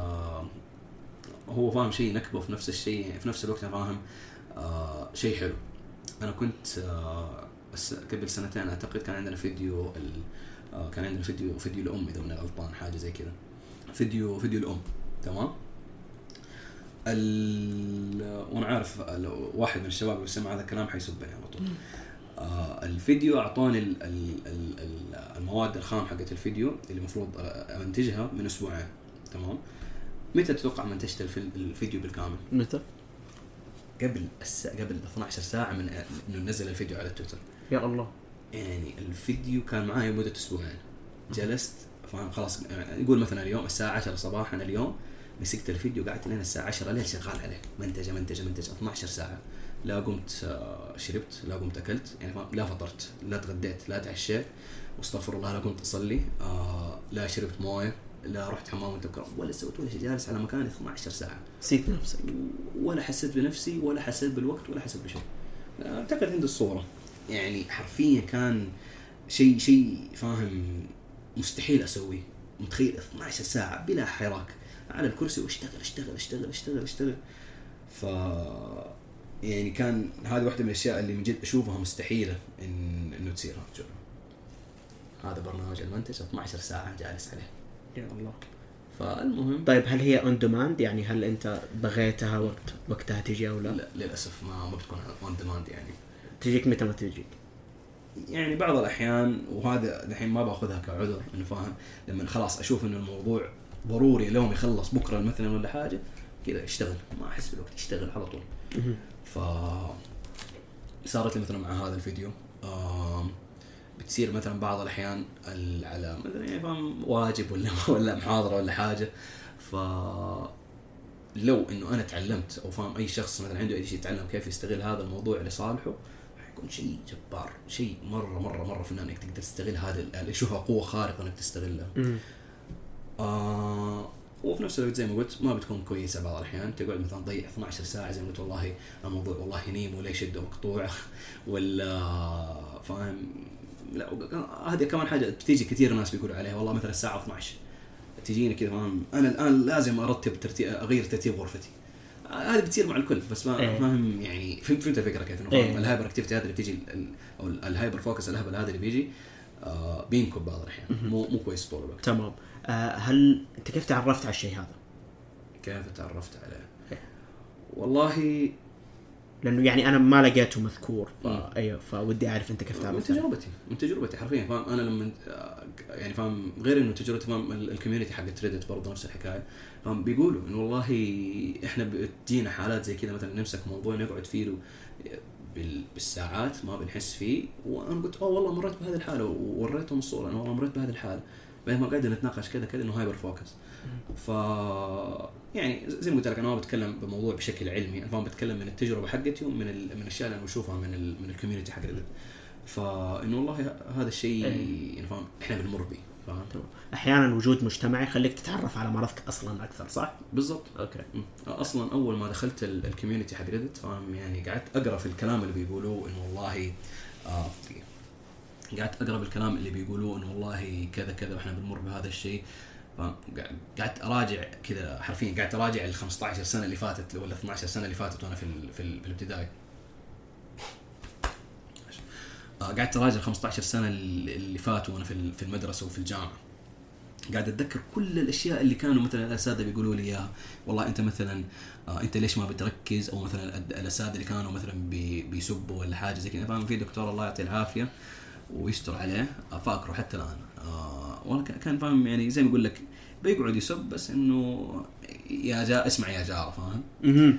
هو فاهم شيء نكبه في نفس الشيء في نفس الوقت فاهم شيء حلو. انا كنت قبل 2 اعتقد كان عندنا فيديو فيديو الام اذا من غلطان حاجه زي كذا فيديو الام تمام. وانا عارف لو واحد من الشباب يسمع هذا الكلام حيسبني على طول. الفيديو اعطاني المواد الخام حقت الفيديو اللي المفروض امنتجها من 2 أسبوع تمام. متى تتوقع منتجت الفيديو بالكامل؟ متى؟ قبل 12 ساعه من انه نزل الفيديو على تويتر. يا الله يعني الفيديو كان معي مده 2 أسبوع جلست فاهم خلاص يقول مثلا اليوم الساعه 10 صباحا اليوم مسكت الفيديو قعدت لين الساعه 10 الليل شغال عليه منتج 12 ساعه لا قمت شربت، لا قمت اكلت، يعني فاهم، لا فطرت، لا تغديت، لا تعشيت، واستغفر الله لا قمت اصلي، لا شربت مويه، لا رحت حمام وتبكر، ولا سويت ولا شيء، جالس على مكاني 12 ساعه. نسيت نفسك ولا حسيت بنفسي ولا حسيت بالوقت ولا حسيت بشيء. اعتقد عندي الصوره، يعني حرفيا كان شيء فاهم مستحيل اسويه. متخيل 12 ساعه بلا حراك على الكرسي واشتغل اشتغل اشتغل اشتغل اشتغل. ف يعني كان هذه واحده من الاشياء اللي من جد اشوفها مستحيله انه تصير. هذا برنامج المنتج 12 ساعه جالس عليه يا الله. فالمهم، طيب هل هي اون ديماند؟ يعني هل انت بغيتها وقتها تجي او لا؟ لا للاسف ما بتكون اون ديماند. يعني تجيك متى ما تجيك؟ يعني بعض الأحيان، وهذا الحين ما باخذها كعذر، إنه فاهم لما خلاص أشوف إنه الموضوع ضروري اليوم يخلص بكرة مثلا ولا حاجة كذا، اشتغل ما أحس بالوقت، اشتغل على طول. صارت لي مثلا مع هذا الفيديو بتصير مثلا بعض الأحيان على مثلا يعني فاهم واجب ولا محاضرة ولا حاجة، لو إنه أنا تعلمت أو فاهم أي شخص مثلا عنده أي شيء يتعلم كيف يستغل هذا الموضوع لصالحه، يكون شيء جبار، شيء مرة فنان انك تقدر تستغل هذا اللي يشوفها قوة خارقة انك تستغلها. وفي نفس الوقت زي ما قلت ما بتكون كويسة بعض الأحيان، تقعد مثلا تضيع 12 ساعة زي ما قلت والله الموضوع والله نيم ولا يشد مقطوع ولا فاهم. لا هذه كمان حاجة بتيجي كثير ناس بيقولوا عليها، والله مثلا الساعة 12 تجيني كذا فاهم أنا الآن لازم أرتب أغير ترتيب غرفتي. هذه بتصير مع الكل، بس ما فاهم يعني فهمت الفكره كيف انه الهايبر اكتيفيتي هذا اللي بتيجي او الهايبر فوكس الهبل هذا اللي بيجي بينكب بعض الاحيان مو كويس طول الوقت. تمام. هل انت كيف تعرفت على الشيء هذا؟ كيف تعرفت عليه؟ والله لانه يعني انا ما لقيته مذكور، ايوه فودي اعرف انت كيف تعرفت. من تجربتي حرفيا فاهم. انا لما يعني فاهم غير انه تجربتي فاهم الكوميونتي حق ريدت برضه نفس الحكايه، فهم بيقولوا انه والله احنا بتجينا حالات زي كذا مثلا نمسك موضوع نقعد فيه بالساعات ما بنحس فيه، وانا قلت والله مريت بهذه الحاله ووريتهم الصوره انا والله مريت بهذه الحاله، بعد ما قاعدين نتناقش كذا انه هايبر فوكس. ف يعني زي ما قلت لك انا ما بتكلم بموضوع بشكل علمي، انا فاهم بتكلم من التجربه حقتي ومن من الاشياء اللي انا بشوفها من الكوميونتي حق ريدت. فانه والله هذا الشيء يعني فاهم احنا بنمر به. احيانا وجود مجتمع يخليك تتعرف على مرضك اصلا اكثر، صح؟ بالضبط. اوكي. اصلا اول ما دخلت الكوميونتي حق ريدت فاهم يعني قعدت اقرا في الكلام اللي بيقولوه انه والله قعدت اقرا بالكلام اللي بيقولوه انه والله كذا واحنا بنمر بهذا الشيء. قعدت اراجع كذا حرفيا، قعدت اراجع ال 15 سنه اللي فاتت ولا 12 سنه اللي فاتت وانا في الابتدائي. قعدت اراجع 15 سنه اللي فاتوا وانا في المدرسه وفي الجامعه. قاعد اتذكر كل الاشياء اللي كانوا مثلا الاساتذه بيقولوا لي اياها، والله انت مثلا انت ليش ما بتركز، او مثلا الاساتذه اللي كانوا مثلا بيسبوا ولا حاجه زي كذا. فاهم في دكتور الله يعطيه العافيه ويستر عليه فاكره حتى الان، وانا كان فاهم يعني زي ما اقول لك بيقعد يسب بس انه يا اسمع يا جار فاهم.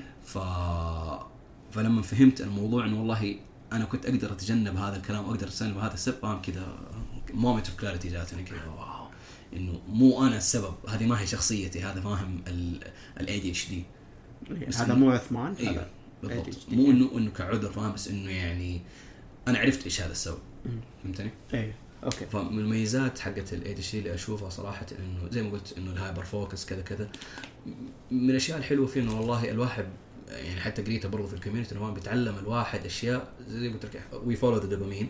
فلما فهمت الموضوع انه والله انا كنت اقدر اتجنب هذا الكلام واقدر اتجنب هذا السب، فاهم كذا مومنت اوف كلاريتي جاتني كذا، واو انه مو انا السبب، هذه ما هي شخصيتي، هذا فاهم ADHD هذا مو عثمان. ايوه بالضبط، مو انه كعذر فاهم، بس انه يعني انا عرفت ايش هذا السبب. فهمتني؟ ايوه اوكي. فمن المميزات حقت ADHD اللي اشوفها صراحه انه زي ما قلت انه الهايبر فوكس كذا من الاشياء الحلوه فيه انه والله الواحد يعني حتى قريته برضه في الكوميونتي انه بيتعلم الواحد اشياء زي ما قلت لك وي فولو ذا دوبامين.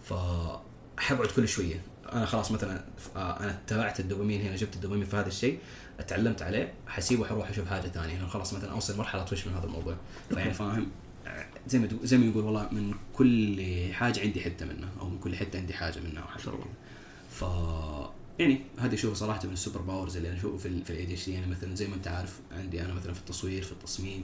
فحقعد كل شويه انا خلاص مثلا انا اتبعت الدوبامين هنا، جبت الدوبامين في هذا الشيء اتعلمت عليه، حسيبه حروح اشوف حاجه ثانيه انا خلاص مثلا اوصل مرحله طوش من هذا الموضوع. فيعني فاهم زي ما يقول والله من كل حاجه عندي حته منها، او من كل حته عندي حاجه منها وحاجه. ف يعني هذه شوف صراحه من السوبر باورز اللي انا اشوفه في ADHD. يعني مثلا زي ما انت عارف عندي انا مثلا في التصوير في التصميم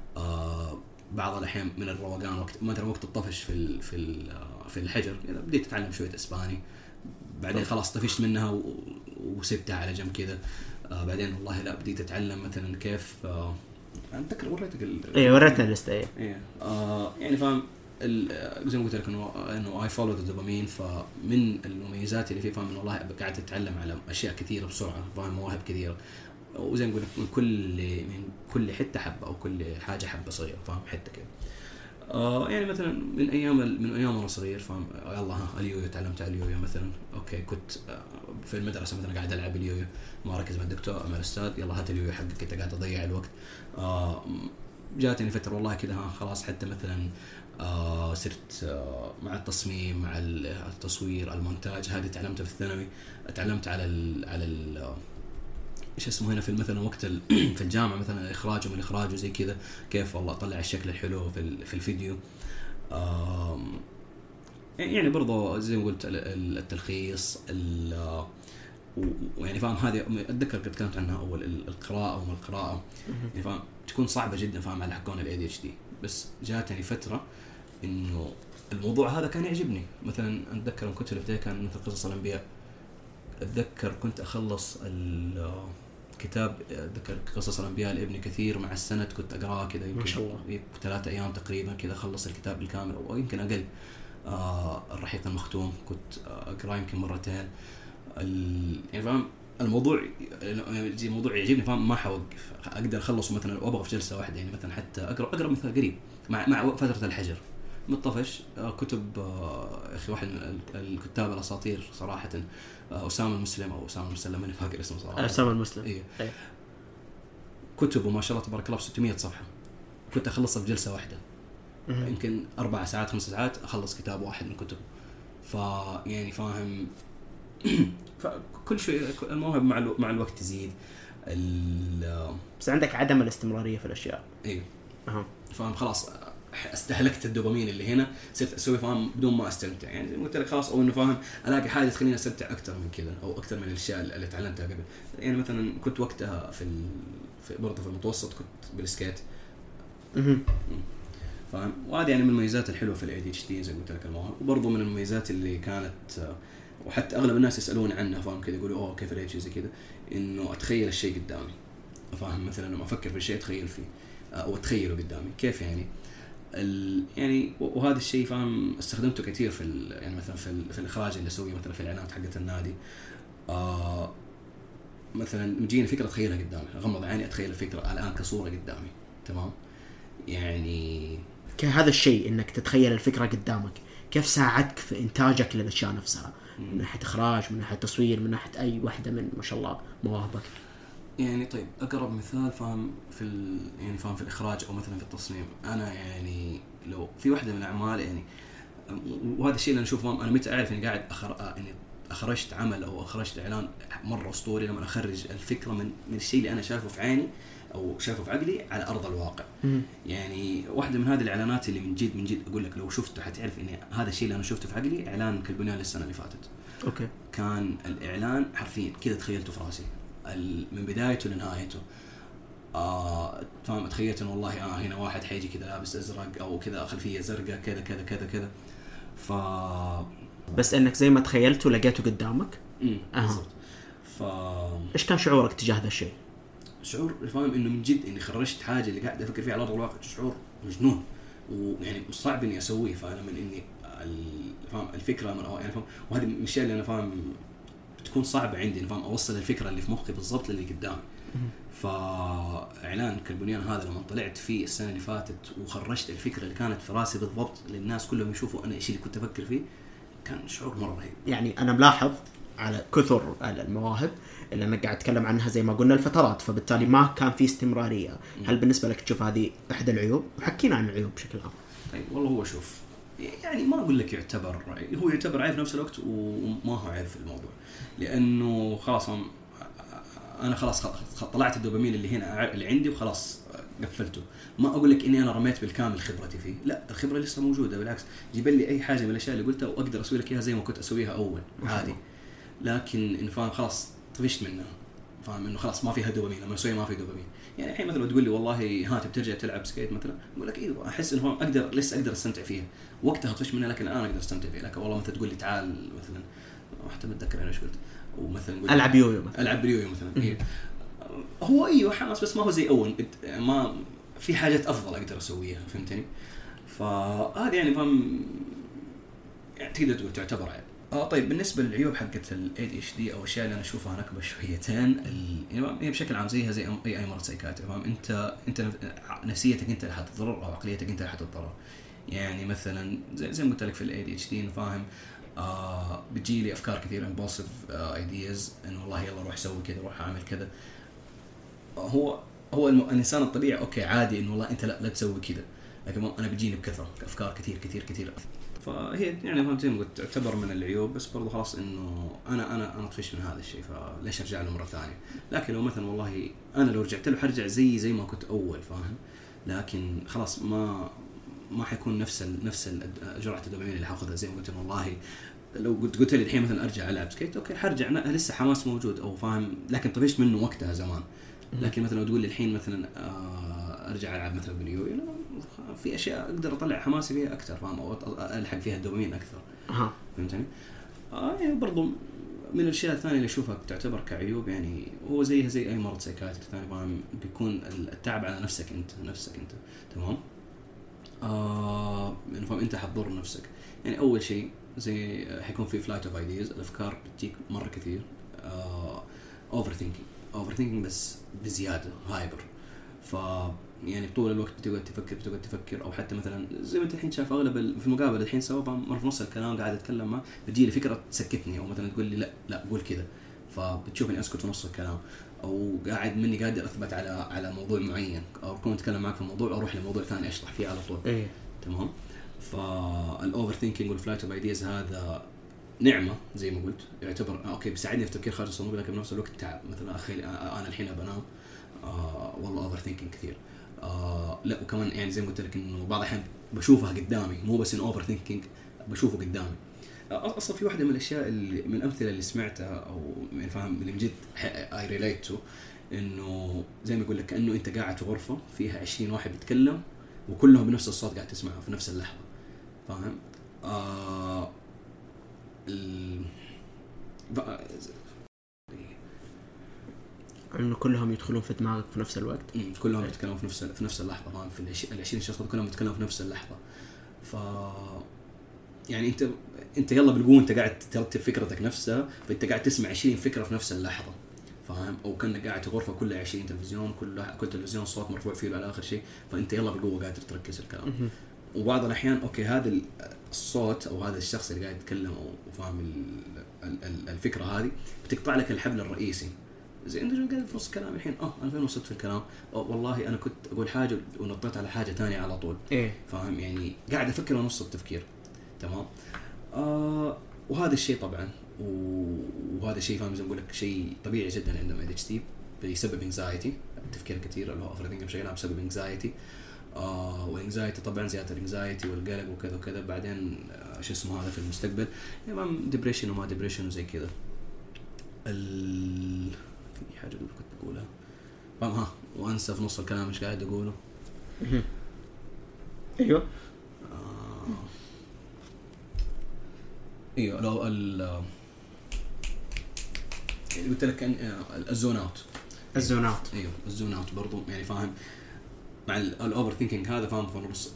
بعض الأحيان من الروقان وقت الطفش في الحجر يعني بديت أتعلم شوية إسباني، بعدين خلاص طفشت منها وسبتها على جنب كذا. بعدين والله لا بديت أتعلم مثلا كيف أتذكر وريتك وريتنا الليستة يعني فاهم زي ما قلت لك إنه I follow the dopamine. فمن المميزات اللي فيه فاهم إنه والله قاعد أتعلم على أشياء كثيرة بسرعة، فاهم مواهب كثيرة، وزي ما نقول من كل حته حبه او كل حاجه حبه صغيره، فاهم حته كده. يعني مثلا من ايام وانا صغير فاهم، يلا اليويو تعلمت على اليويو مثلا. اوكي كنت في المدرسه مثلا قاعد العب اليويو، ما ركز مع الدكتور مع الاستاذ، يلا هات اليويو حقك، كنت قاعد اضيع الوقت. جاتني فتره والله كذا خلاص، حتى مثلا صرت مع التصميم، مع التصوير، المونتاج، هذه تعلمتها في الثانوي. تعلمت على ايش اسمه هنا في مثلا وقت في الجامعه مثلا الاخراج ومن الاخراج وزي كذا، كيف والله اطلع الشكل الحلو في الفيديو. يعني برضه زي ما قلت التلخيص ويعني فاهم هذه اتذكر قد تكلمت عنها اول، القراءه وما القراءه يعني فاهم تكون صعبه جدا فاهم على حقون ADHD. بس جاتني فتره انه الموضوع هذا كان يعجبني. مثلا اتذكر لما كنت في البدايه كان مثل قصص الانبياء، اتذكر كنت اخلص الكتاب، اتذكر قصص الانبياء لابن كثير مع السند كنت اقراه كذا يمكن 3 أيام تقريبا كذا اخلص الكتاب بالكامل او يمكن اقل. الرحيق المختوم كنت اقراه يمكن 2 مرات. يعني فاهم الموضوع يجي موضوع يعجبني فاهم ما حوقف، اقدر اخلصه مثلا وابغى في جلسه واحده. يعني مثلا حتى اقرا مثال قريب مع فتره الحجر متطفش كتب اخي واحد من الكتاب الاساطير صراحه، اسامه المسلم او اسامه المسلم ماني فاكر اسمه صراحه. اسامه المسلم إيه. كتبه ما شاء الله تبارك الله ب 600 صفحه، كنت اخلصها في جلسه واحده. يمكن 4 ساعات 5 ساعات اخلص كتاب واحد من كتبه. يعني فاهم فكل شيء الموهبة مع الوقت تزيد. بس عندك عدم الاستمرارية في الأشياء. إيه. فاهم خلاص استهلكت الدوبامين اللي هنا، صرت أسوي فاهم بدون ما أستمتع. يعني قلت لك خلاص، أو إنه فاهم ألاقي حاجة تخليني أستمتع أكتر من كذا أو أكتر من الأشياء اللي تعلمتها قبل. يعني مثلا كنت وقتها في برضه في المتوسط كنت بالسكيت. فاهم، وهذه يعني من المميزات الحلوة في ADHD زي ما قلت لك الموهبة. وبرضه من المميزات اللي كانت وحتى اغلب الناس يسالون عنها فاهم كذا، يقولوا كيف ليش زي كذا، انه اتخيل الشيء قدامي. فاهم مثلا لما افكر في الشيء اتخيل فيه او اتخيله قدامي كيف يعني يعني وهذا الشيء فاهم استخدمته كثير يعني مثلا في الاخراج اللي اسويه مثلا في الاعلانات حقت النادي. مثلا مجيني فكره اتخيلها قدامي، اغمض عيني اتخيل الفكره الان كصوره قدامي. تمام، يعني هذا الشيء انك تتخيل الفكره قدامك كيف ساعدك في انتاجك للاشياء نفسها، من ناحيه اخراج، من ناحيه تصوير، من ناحيه اي واحده من ما شاء الله مواهبك. يعني طيب اقرب مثال فاهم يعني فاهم في الاخراج او مثلا في التصميم، انا يعني لو في واحده من الاعمال يعني، وهذا الشيء اللي انا اشوفه انا متى اعرف اني قاعد اني اخرجت عمل او اخرجت اعلان مره اسطوري، لما اخرج الفكره من الشيء اللي انا شايفه في عيني او شايفه في عقلي على ارض الواقع. يعني واحده من هذه الاعلانات اللي من جد اقول لك لو شفته حتعرف ان هذا الشيء اللي انا شفته في عقلي، اعلان كالبنيان للسنه اللي فاتت. اوكي، كان الاعلان حرفيا كذا تخيلته في راسي من بدايته لنهايته. فاهم، تخيلت انه والله هنا واحد حيجي كذا لابس ازرق او كذا خلفيه زرقاء كذا كذا كذا كذا. بس انك زي ما تخيلته لقيته قدامك. بالضبط. ايش كان شعورك تجاه هذا الشيء؟ شعور فاهم انه من جد اني خرجت حاجه اللي قاعد افكر فيها على ارض الواقع، شعور مجنون ويعني صعب اني اسويه. فانا من اني فاهم الفكره من يعني فاهم، وهذه من الاشياء اللي انا فاهم بتكون صعبه عندي، فاهم اوصل الفكره اللي في مخي بالضبط للي قدامي. فاعلان كالبنيان هذا لما طلعت فيه السنه اللي فاتت وخرجت الفكره اللي كانت في راسي بالضبط للناس كلهم يشوفوا انا ايش اللي كنت افكر فيه، كان شعور مره رهيب. يعني انا ملاحظ على كثر المواهب اللي انا قاعد اتكلم عنها زي ما قلنا الفترات، فبالتالي ما كان في استمراريه. هل بالنسبه لك تشوف هذه احدى العيوب؟ وحكينا عن العيوب بشكل عام. طيب والله هو شوف، يعني ما اقول لك هو يعتبر عيب في نفس الوقت وما هو عيب في الموضوع، لانه خلاص انا خلاص طلعت الدوبامين اللي هنا اللي عندي وخلاص قفلته. ما اقول لك اني انا رميت بالكامل خبرتي فيه، لا، الخبره لسه موجوده، بالعكس جيب لي اي حاجه من الاشياء اللي قلتها واقدر اسوي لك اياها زي ما كنت اسويها اول عادي. لكن ان فاهم خلاص طفشت منها، فاهم انه خلاص ما فيها دوبامين، لما اسوي ما في دوبامين. يعني الحين مثلا تقول لي والله بترجع تلعب سكيت مثلا، اقول لك ايوه احس انه لسه اقدر استمتع فيها. وقتها طفشت منها لكن الان اقدر استمتع فيها. لكن والله مثلا تقول لي تعال مثلا، حتى متذكر انا ايش قلت، ومثلا العب يويو مثلا، العب باليويو مثلا. إيه. هو ايوه حماس بس ما هو زي اول، ما في حاجات افضل اقدر اسويها، فهمتني؟ فهذا يعني فهم يعني تقدر تقول تعتبر عيب. طيب بالنسبه للعيوب حقت ADHD او الاشياء اللي انا اشوفها نكبه شويتين، هي بشكل عام زيها زي اي مرض سيكاتري. فاهم انت نفسيتك انت اللي حتتضرر او عقليتك انت اللي حتتضرر. يعني مثلا زي ما قلت لك في ADHD فاهم بتجي لي افكار كثير impulsive ideas انه والله يلا روح سوي كذا روح اعمل كذا. هو الانسان الطبيعي اوكي عادي انه والله انت لا تسوي كذا، لكن انا بيجيني بكثره افكار كثير. فهي يعني فهمت زي ما قلت تعتبر من العيوب، بس برضو خلاص انه انا طفشت من هذا الشيء، فليش ارجع له مره ثانيه؟ لكن لو مثلا والله انا لو رجعت له حرجع زي ما كنت اول فاهم، لكن خلاص ما حيكون نفس جرعه الدوبامين اللي حاخذها. زي ما قلت والله لو قلت لي الحين مثلا ارجع العب سكيت اوكي حرجع لسه حماس موجود او فاهم، لكن طفشت منه وقتها زمان. لكن مثلا لو تقول لي الحين مثلا ارجع العب مثلا باليو في اشياء اقدر اطلع حماسي فيها اكثر فاهم، او الحق فيها الدوبامين اكثر. فهمتني؟ يعني برضو من الاشياء الثانيه اللي اشوفها تعتبر كعيوب، يعني هو زي اي مرض سيكاتري ثاني فاهم، بيكون التعب على نفسك انت تمام. يعني فاهم انت حتضر نفسك. يعني اول شيء زي حيكون في فلايت اوف ايديز، الافكار بتجيك مره كثير. اوفر ثينكينج بس بزياده هايبر، ف يعني طول الوقت بتقعد تفكر او حتى مثلا زي ما انت الحين شايف اغلب في المقابله الحين سواء مره في نص الكلام قاعد اتكلم ما بتجي لي فكره تسكتني، او مثلا تقول لي لا قول كذا، فبتشوفني اسكت في نص الكلام، او قاعد مني قادر اثبت على موضوع معين، او اكون اتكلم معك في الموضوع واروح لموضوع ثاني اشرح فيه على طول. تمام. فالاوفر ثينكينج والفلايت اوف ايديز هذا نعمه زي ما قلت، يعتبر اوكي بيساعدني في التفكير خارج الصندوق، لكن بنفس الوقت تعب. مثلا اخي انا الحين بنام والله اوفر ثينكينج كثير. لا وكمان يعني زي ما قلت لك انه بعض الاحيان بشوفها قدامي، مو بس ان اوفر ثينكينج بشوفه قدامي. اصلا في واحده من الاشياء اللي من الامثله اللي سمعتها او يعني فاهم اللي بجد اي ريليت تو، انه زي ما يقول لك كانه انت قاعد في غرفه فيها 20 واحد بيتكلم وكلهم بنفس الصوت قاعد تسمعه في نفس اللحظه فاهم. انه كلهم يدخلون في دماغك في نفس الوقت، كلهم يتكلمون في نفس اللحظه فاهم، في ال20 شخص كلهم يتكلمون في نفس اللحظه. ف يعني انت يلا بالقوه انت قاعد ترتب فكرتك نفسها، فانت قاعد تسمع 20 فكره في نفس اللحظه فاهم، او كانك قاعد في غرفه كلها 20 تلفزيون، كل تلفزيون صوت مرفوع فيه على اخر شيء، فانت يلا بالقوه قاعد تركز الكلام. وبعض الاحيان اوكي هذا الصوت او هذا الشخص اللي قاعد يتكلم او فاهم الفكره هذه بتقطع لك الحبل الرئيسي. زي انت قاعد في نص كلام الحين انا فين وصلت في الكلام، والله انا كنت اقول حاجه ونطيت على حاجه ثانيه على طول. فاهم يعني قاعد افكر ونص التفكير. تمام. وهذا الشيء طبعا وهذا الشيء فاهم زي ما اقول لك شيء طبيعي جدا عندما ADHD، بيسبب انكزايتي، التفكير كثير اللي هو اوفرثينكينج بشكل عام بسبب انكزايتي. والانكزايتي طبعا زياده الانكزايتي والقلق وكذا وكذا، بعدين شو اسمه هذا في المستقبل يعني ديبريشن وما ديبريشن وزي كذا. في حاجه كنت بقولها فاهم وانسى في نص الكلام مش قاعد اقوله. ايوه ايوه لو اللي قلت لك الزون اوت. ايوه الزون اوت برضو يعني فاهم مع الاوفر ثينكينج هذا فاهم في النص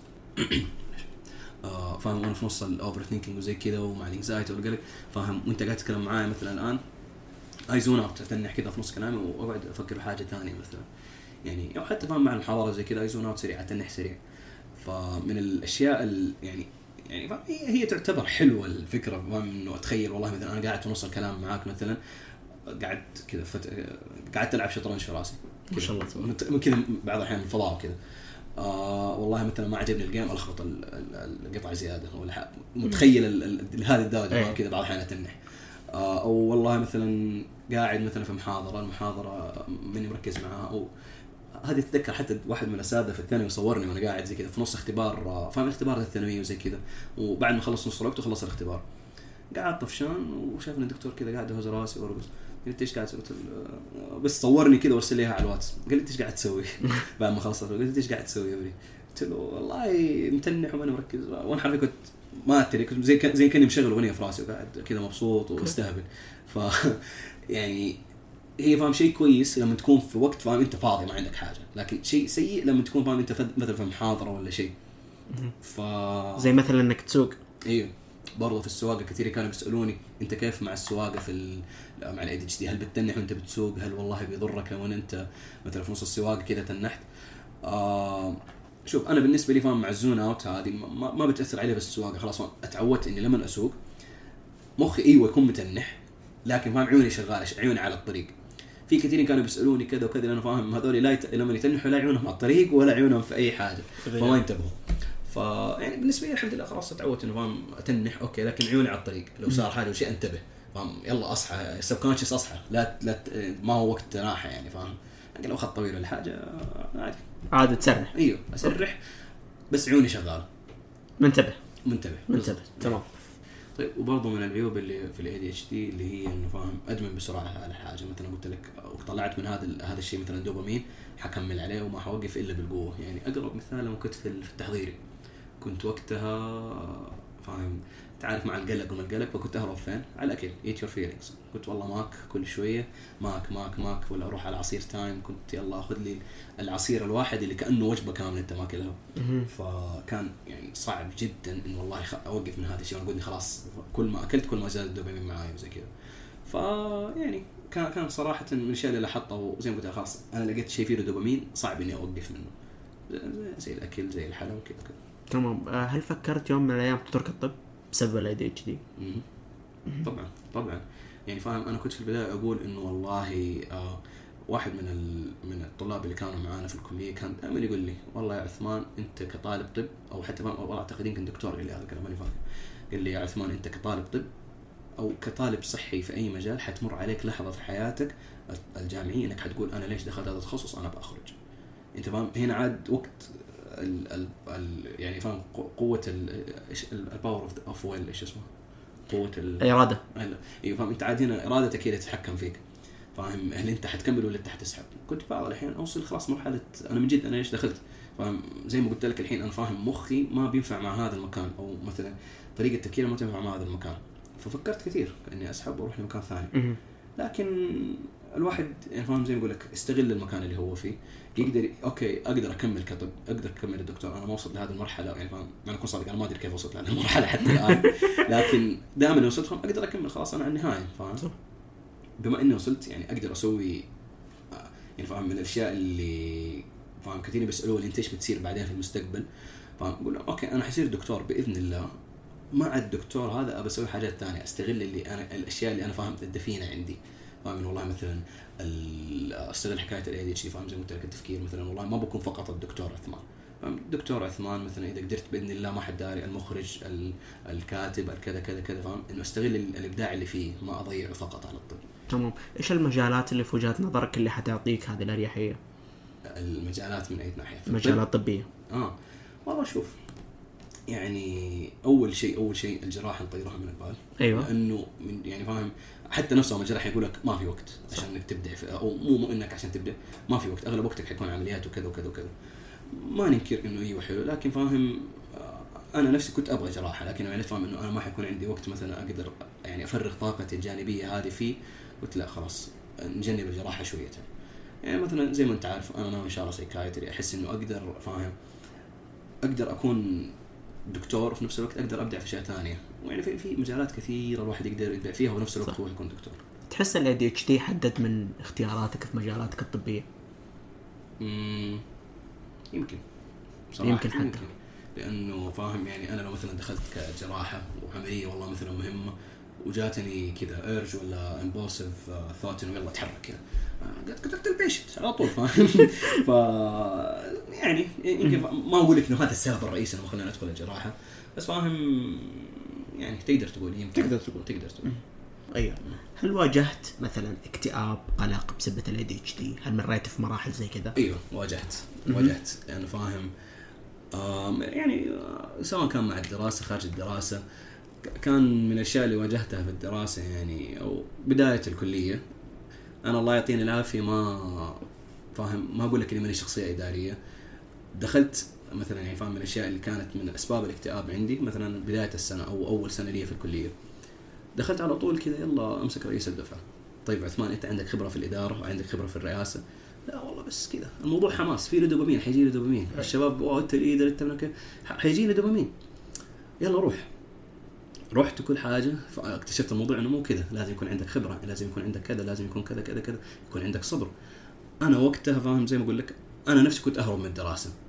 فاهم وانا في نص الاوفر ثينكينج وزي كذا ومع الانكزايتي والقلق فاهم، وانت قاعد تتكلم معايا مثلا الان اي زون اوت تنح كذا في نص كلامي واقعد افكر بحاجه ثانيه مثلا، يعني او حتى فاهم مع المحاضره زي كذا اي زون اوت سريع تنح سريع. فمن الاشياء يعني هي تعتبر حلوه الفكره فاهم انه اتخيل والله مثلا انا قاعد في نص الكلام معاك مثلا قاعد كذا قاعد تلعب شطرنج في راسي ما شاء الله من كذا بعض الاحيان من الفضاء كذا. والله مثلا ما عجبني الجيم الخبط القطع زياده ولا متخيل لهذه الدرجه كذا بعض الاحيان اتنح. او والله مثلا قاعد مثلا في المحاضره مني مركز معها، او هذه تتذكر حتى واحد من الاساتذه في الثانوي يصورني وانا قاعد زي كذا في نص اختبار فاهم اختبار الثانويه وزي كذا، وبعد ما خلص نص الوقت وخلص الاختبار قاعد طفشان وشافني الدكتور كذا قاعد اهز راسي وارقص، قلت ايش قاعد تسوي؟ بس صورني كذا وارسل لي اياها على الواتس، قال لي ايش قاعد تسوي؟ بعد ما خلصت قلت ايش قاعد تسوي يا ابني؟ قلت له والله متنح وما انا مركز، وانا حرفيا كنت ما ادري كنت زي كاني مشغل اغنيه في راسي وقاعد كذا مبسوط واستهبل. ف يعني هي فاهم شيء كويس لما تكون في وقت فاهم انت فاضي ما عندك حاجه، لكن شيء سيء لما تكون فاهم انت مثلا في محاضره ولا شيء. زي مثلا انك تسوق. ايوه برضه في السواقه كثير كانوا بيسالوني انت كيف مع السواقه مع ADHD، هل بتتنح وانت بتسوق؟ هل والله بيضرك لو انت مثلا في نص السواقه كذا تنحت؟ شوف انا بالنسبه لي فاهم مع الزون اوت هذه ما بتاثر عليه بس السواقه، خلاص اتعودت اني لما اسوق مخي ايوه يكون متنح، لكن فاهم عيوني شغاله، عيوني على الطريق. في كثيرين كانوا بيسالوني كذا وكذا، لانه فاهم هذول لما يتنحوا لا عيونهم على الطريق ولا عيونهم في اي حاجه، فما ينتبهوا. يعني بالنسبه لي الحمد لله خلاص اتعودت انه فاهم اتنح اوكي، لكن عيوني على الطريق، لو صار حاجه وشيء انتبه فاهم، يلا اصحى السبكونشس اصحى، لا ما هو وقت راحه يعني فاهم. لكن لو خط طويل ولا حاجه عادي تسرح. ايوه اسرح بس عيوني شغاله، منتبه. تمام. طيب وبرضه من العيوب اللي في ADHD اللي هي انه فاهم ادمن بسرعه على حاجه، مثلا قلت لك وطلعت من هذا الشيء مثلا دوبامين حكمل عليه وما حوقف الا بالقوه. يعني اقرب مثال لما كنت في التحضيري، كنت وقتها فاهم تعرف مع القلق وما القلق، فكنت اهرب فين؟ على الاكل، eat your feelings. كنت والله ماك كل شويه ماك ولا اروح على عصير تايم، كنت يلا اخذ لي العصير الواحد اللي كانه وجبه كامله انت ماكلها. فكان يعني صعب جدا انه والله اوقف من هذا الشيء، وانا قلت خلاص كل ما اكلت كل ما زاد الدوبامين معاي وزي كذا. فيعني كان صراحه من الاشياء اللي لاحظتها، وزي ما قلت خلاص انا لقيت شيء فيه دوبامين صعب اني اوقف منه، زي الاكل زي الحلم كذا. تمام. هل فكرت يوم من الايام تترك الطب بسبب ADHD؟ طبعا يعني فاهم انا كنت في البدايه اقول انه والله واحد من الطلاب اللي كانوا معانا في الكليه كان دائما يقول لي والله يا عثمان انت كطالب طب، او حتى والله اعتقد يمكن دكتور قال لي هذا الكلام ماني فاكر، قال لي يا عثمان انت كطالب طب او كطالب صحي في اي مجال حتمر عليك لحظه في حياتك الجامعيه انك حتقول انا ليش دخلت هذا التخصص، انا بخرج. انت فاهم هنا عاد وقت يعني فاهم قوه الباور اوف ويل، ايش اسمه، قوه الاراده. ايوه فاهم انت عاد هنا ارادتك هي اللي تتحكم فيك، فاهم هل انت حتكمل ولا انت حتسحب. كنت بعض الاحيان اوصل خلاص مرحله انا من جد انا ليش دخلت، فاهم زي ما قلت لك الحين انا فاهم مخي ما بينفع مع هذا المكان، او مثلا طريقه تفكيري ما تنفع مع هذا المكان، ففكرت كثير اني اسحب واروح لمكان ثاني. لكن الواحد يعني فاهم زي ما اقول لك استغل المكان اللي هو فيه، يقدر اوكي اقدر اكمل كطب، اقدر اكمل الدكتور، انا ما وصلت لهذه المرحله يعني فاهم، انا اكون صادق انا ما ادري كيف وصلت لهذه المرحله حتى الان، لكن دائما وصلتهم اقدر اكمل خلاص انا على النهايه فاهم. بما اني وصلت يعني اقدر اسوي يعني فاهم من الاشياء اللي فاهم كثير بيسالوني انت ايش بتصير بعدين في المستقبل، فاهم اقول اوكي انا حصير دكتور باذن الله، مع الدكتور هذا ابى اسوي حاجات ثانيه، استغل اللي انا الاشياء اللي انا فاهم الدفينه عندي، فاهم والله مثلا استغل حكايه ADHD فاهم زي ما قلت لك التفكير، مثلا والله ما بكون فقط الدكتور عثمان، فاهم دكتور عثمان مثلا اذا قدرت باذن الله ما حد داري، المخرج الكاتب الكذا كذا كذا، فاهم انه استغل الابداع اللي فيه ما اضيعه فقط على الطب. تمام. ايش المجالات اللي في وجهة نظرك اللي حتعطيك هذه الاريحيه؟ المجالات من اي ناحيه؟ مجالات طبيه. والله شوف يعني اول شيء الجراحه نطيرها من البال. ايوه. لانه يعني فاهم حتى نفسهم الجراح يقول لك ما في وقت عشان انك تبدع او مو انك عشان تبدع ما في وقت، اغلب وقتك حيكون عمليات وكذا وكذا وكذا. ما ننكر انه ايوه حلو، لكن فاهم انا نفسي كنت ابغى جراحه، لكن يعني فاهم انه انا ما حيكون عندي وقت مثلا اقدر يعني افرغ طاقتي الجانبيه هذه فيه، قلت لا خلاص نجنب الجراحه شويه. يعني مثلا زي ما انت عارف انا ناوي ان شاء الله سايكايتري، احس انه اقدر فاهم اقدر اكون دكتور وفي نفس الوقت اقدر ابدع في اشياء ثانيه، ويعني في مجالات كثيره الواحد يقدر يبدع فيها ونفس الوقت هو يكون دكتور. تحس ال ADHD حدد من اختياراتك في مجالاتك الطبيه؟ يمكن صراحه يمكن لانه فاهم يعني انا لو مثلا دخلت كجراحه وعمليه والله مثلا مهمه وجاتني كذا ايرج ولا امبولسيف ثوت انه يلا اتحرك كذا، قدرت البيشنت على طول فاهم. ف يعني يمكن ما اقول لك انه هذا السبب الرئيسي انه خلاني ادخل الجراحه، بس فاهم يعني تقدر تقول يمكن تقدر تقول. ايوه. هل واجهت مثلا اكتئاب قلق بسبب ال ADHD؟ هل مريت في مراحل زي كذا؟ ايوه واجهت يعني فاهم يعني سواء كان مع الدراسه خارج الدراسه، كان من الاشياء اللي واجهتها في الدراسه يعني او بدايه الكليه. انا الله يعطيني العافيه ما فاهم ما اقول لك اني ماني شخصيه اداريه، دخلت مثلا يعني فاهم من الاشياء اللي كانت من اسباب الاكتئاب عندي مثلا بدايه السنه او اول سنه لي في الكليه، دخلت على طول كذا يلا امسك رئيس الدفعه. طيب عثمان انت عندك خبره في الاداره وعندك خبره في الرئاسه؟ لا والله بس كذا الموضوع حماس، في له دوبامين، حيجي له دوبامين، الشباب انت الليدر انت حيجي له دوبامين، يلا روح. رحت كل حاجه فاكتشفت الموضوع انه مو كذا، لازم يكون عندك خبره، لازم يكون عندك كذا، لازم يكون كذا كذا كذا، يكون عندك صبر. انا وقتها فاهم زي ما اقول لك انا نفسي كنت اهرب من الدراسه،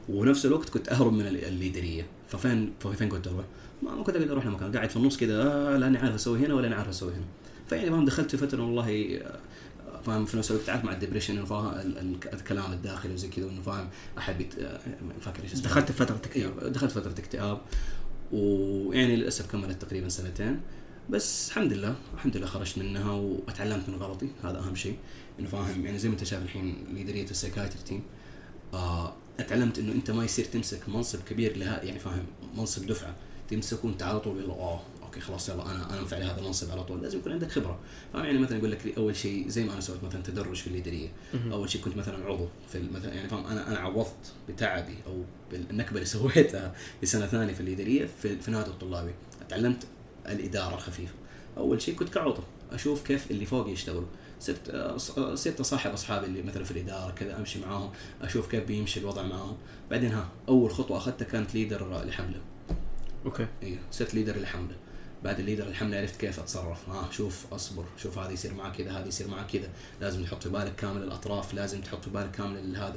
ونفس الوقت كنت اهرب من الليدريه. ففين كنت اروح؟ ما كنت اقدر اروح لمكان، قاعد في النص كذا، لا انا عارف اسوي هنا ولا انا عارف اسوي هنا. فيعني فاهم دخلت في فتره والله فاهم في نفس الوقت تعرف مع الدبريشن انه فاهم الكلام الداخلي وزي كذا، انه فاهم احب فاكر ايش دخلت في فتره اكتئاب. دخلت فتره اكتئاب، ويعني للاسف كملت تقريبا 2 بس الحمد لله خرجت منها واتعلمت من غلطي. هذا اهم شيء، انه فاهم يعني زي ما انت شايف الحين ليدريه السايكايتري تيم، اتعلمت انه انت ما يصير تمسك منصب كبير لها، يعني فاهم منصب دفعه تمسكه انت على طول يلا اوكي خلاص يلا انا انفع لهذا المنصب على طول. لازم يكون عندك خبره. فاهم يعني مثلا يقول لك اول شيء زي ما انا سويت مثلا تدرج في الليدريه، اول شيء كنت مثلا عضو في مثلا يعني فاهم انا عوضت بتعبي او بالنكبه اللي سويتها في سنه ثانيه في الليدريه في نادي الطلابي. اتعلمت الاداره الخفيفه. اول شيء كنت كعضو اشوف كيف اللي فوقي يشتغلوا، صرت اصاحب اصحابي اللي مثلا في الاداره كذا، امشي معاهم اشوف كيف بيمشي الوضع معاهم. بعدين اول خطوه اخذتها كانت ليدر لحمله. اوكي ايوه صرت ليدر لحمله. بعد الليدر الحمله عرفت كيف اتصرف. شوف اصبر، شوف هذا يصير معك كذا، هذا يصير معك كذا، لازم تحط في بالك كامل الاطراف، لازم تحط في بالك كامل هذا.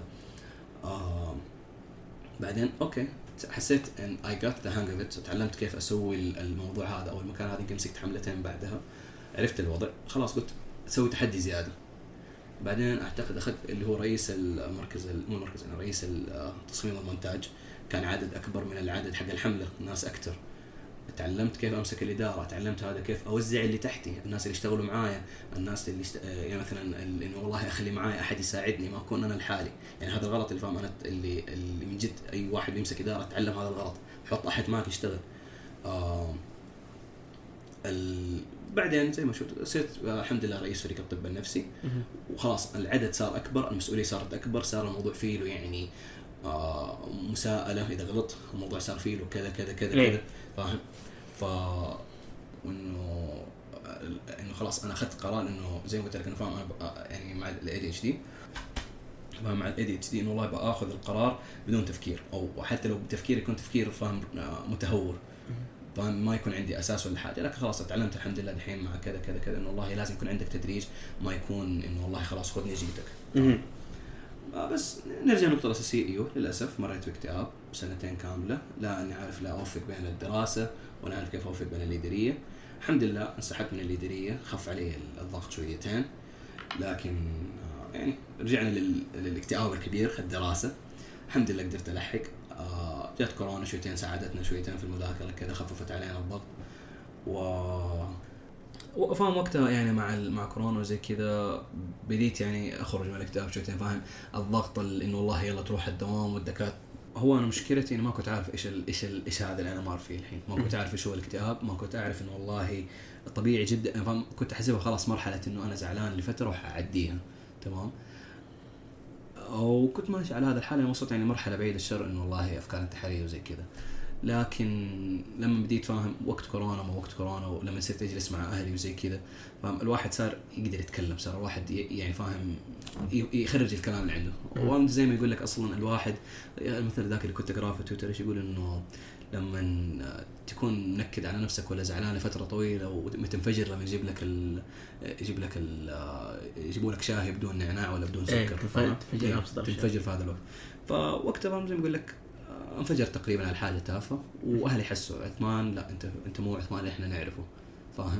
بعدين اوكي حسيت ان I got the hang of it. تعلمت كيف اسوي الموضوع هذا او المكان هذا. يمكن مسكت حملتين بعدها عرفت الوضع خلاص، قلت اسوي تحدي زياده. بعدين اعتقد اخذت اللي هو رئيس المركز رئيس التصميم والمونتاج، كان عدد اكبر من العدد حق الحمله، الناس اكثر. تعلمت كيف امسك الاداره، تعلمت هذا كيف اوزع اللي تحتي، الناس اللي يشتغلوا معايا، الناس اللي يعني مثلا انه والله اخلي معايا احد يساعدني، ما اكون انا لحالي. يعني هذا الغلط اللي فاهم انا اللي من جد اي واحد بيمسك اداره تعلم هذا الغلط، حط احد معك يشتغل. بعدين زي ما شفت صرت الحمد لله رئيس فريق الطب النفسي، وخلاص العدد صار اكبر، المسؤوليه صارت اكبر، صار الموضوع فيه له يعني مساءله اذا غلط، الموضوع صار فيه له كذا كذا كذا كذا فاهم. انه خلاص انا اخذت قرار انه زي ما قلت لك انه فاهم انا يعني مع ADHD، مع ADHD انه والله باخذ القرار بدون تفكير، او حتى لو بتفكير يكون تفكير فاهم متهور، فاهم ما يكون عندي اساس ولا حاجه. لكن خلاص تعلمت الحمد لله الحين مع كذا كذا كذا انه والله لازم يكون عندك تدريج، ما يكون انه والله خلاص خذني جيتك. بس نرجع للنقطه الاساسيه. للاسف مريت باكتئاب 2 كامله، لا اني عارف لا اوفق بين الدراسه ولا عارف كيف اوفق بين الليدريه. الحمد لله انسحبت من الليدريه، خف علي الضغط شويتين، لكن يعني رجعنا للاكتئاب الكبير الدراسه. الحمد لله قدرت الحق. جات كورونا شويتين ساعدتنا شويتين في المذاكره كذا، خففت علينا الضغط وفاهم وقتها يعني مع كورونا وزي كذا بديت يعني اخرج من الاكتئاب شويتين، فاهم الضغط انه والله يلا تروح الدوام والدكاتره. هو انا مشكلتي اني ما كنت عارف ايش هذا اللي انا مار فيه الحين، ما كنت عارف ايش هو الاكتئاب، ما كنت اعرف انه والله طبيعي جدا، فاهم كنت احسبها خلاص مرحله انه انا زعلان لفتره وحاعديها تمام، او كنت ماشي على هذا الحال. وصلت يعني مرحله بعيد الشر انه والله افكار انتحاريه وزي كذا. لكن لما بديت فاهم وقت كورونا ما وقت كورونا، ولما صرت اجلس مع اهلي وزي كذا، فاهم الواحد صار يقدر يتكلم، صار الواحد يعني فاهم يخرج الكلام اللي عنده. وانت زي ما يقول لك اصلا الواحد مثل ذاك اللي كنت اقراه في تويتر ايش يقول، انه لما تكون منكد على نفسك ولا زعلان لفتره طويله وتنفجر لما يجيبوا لك شاي بدون نعناع ولا بدون سكر، تنفجر في هذا الوقت. فوقتها زي ما يقول لك انفجر تقريبا على حاجه تافهه، واهلي حسوا عثمان لا انت مو عثمان اللي احنا نعرفه فاهم.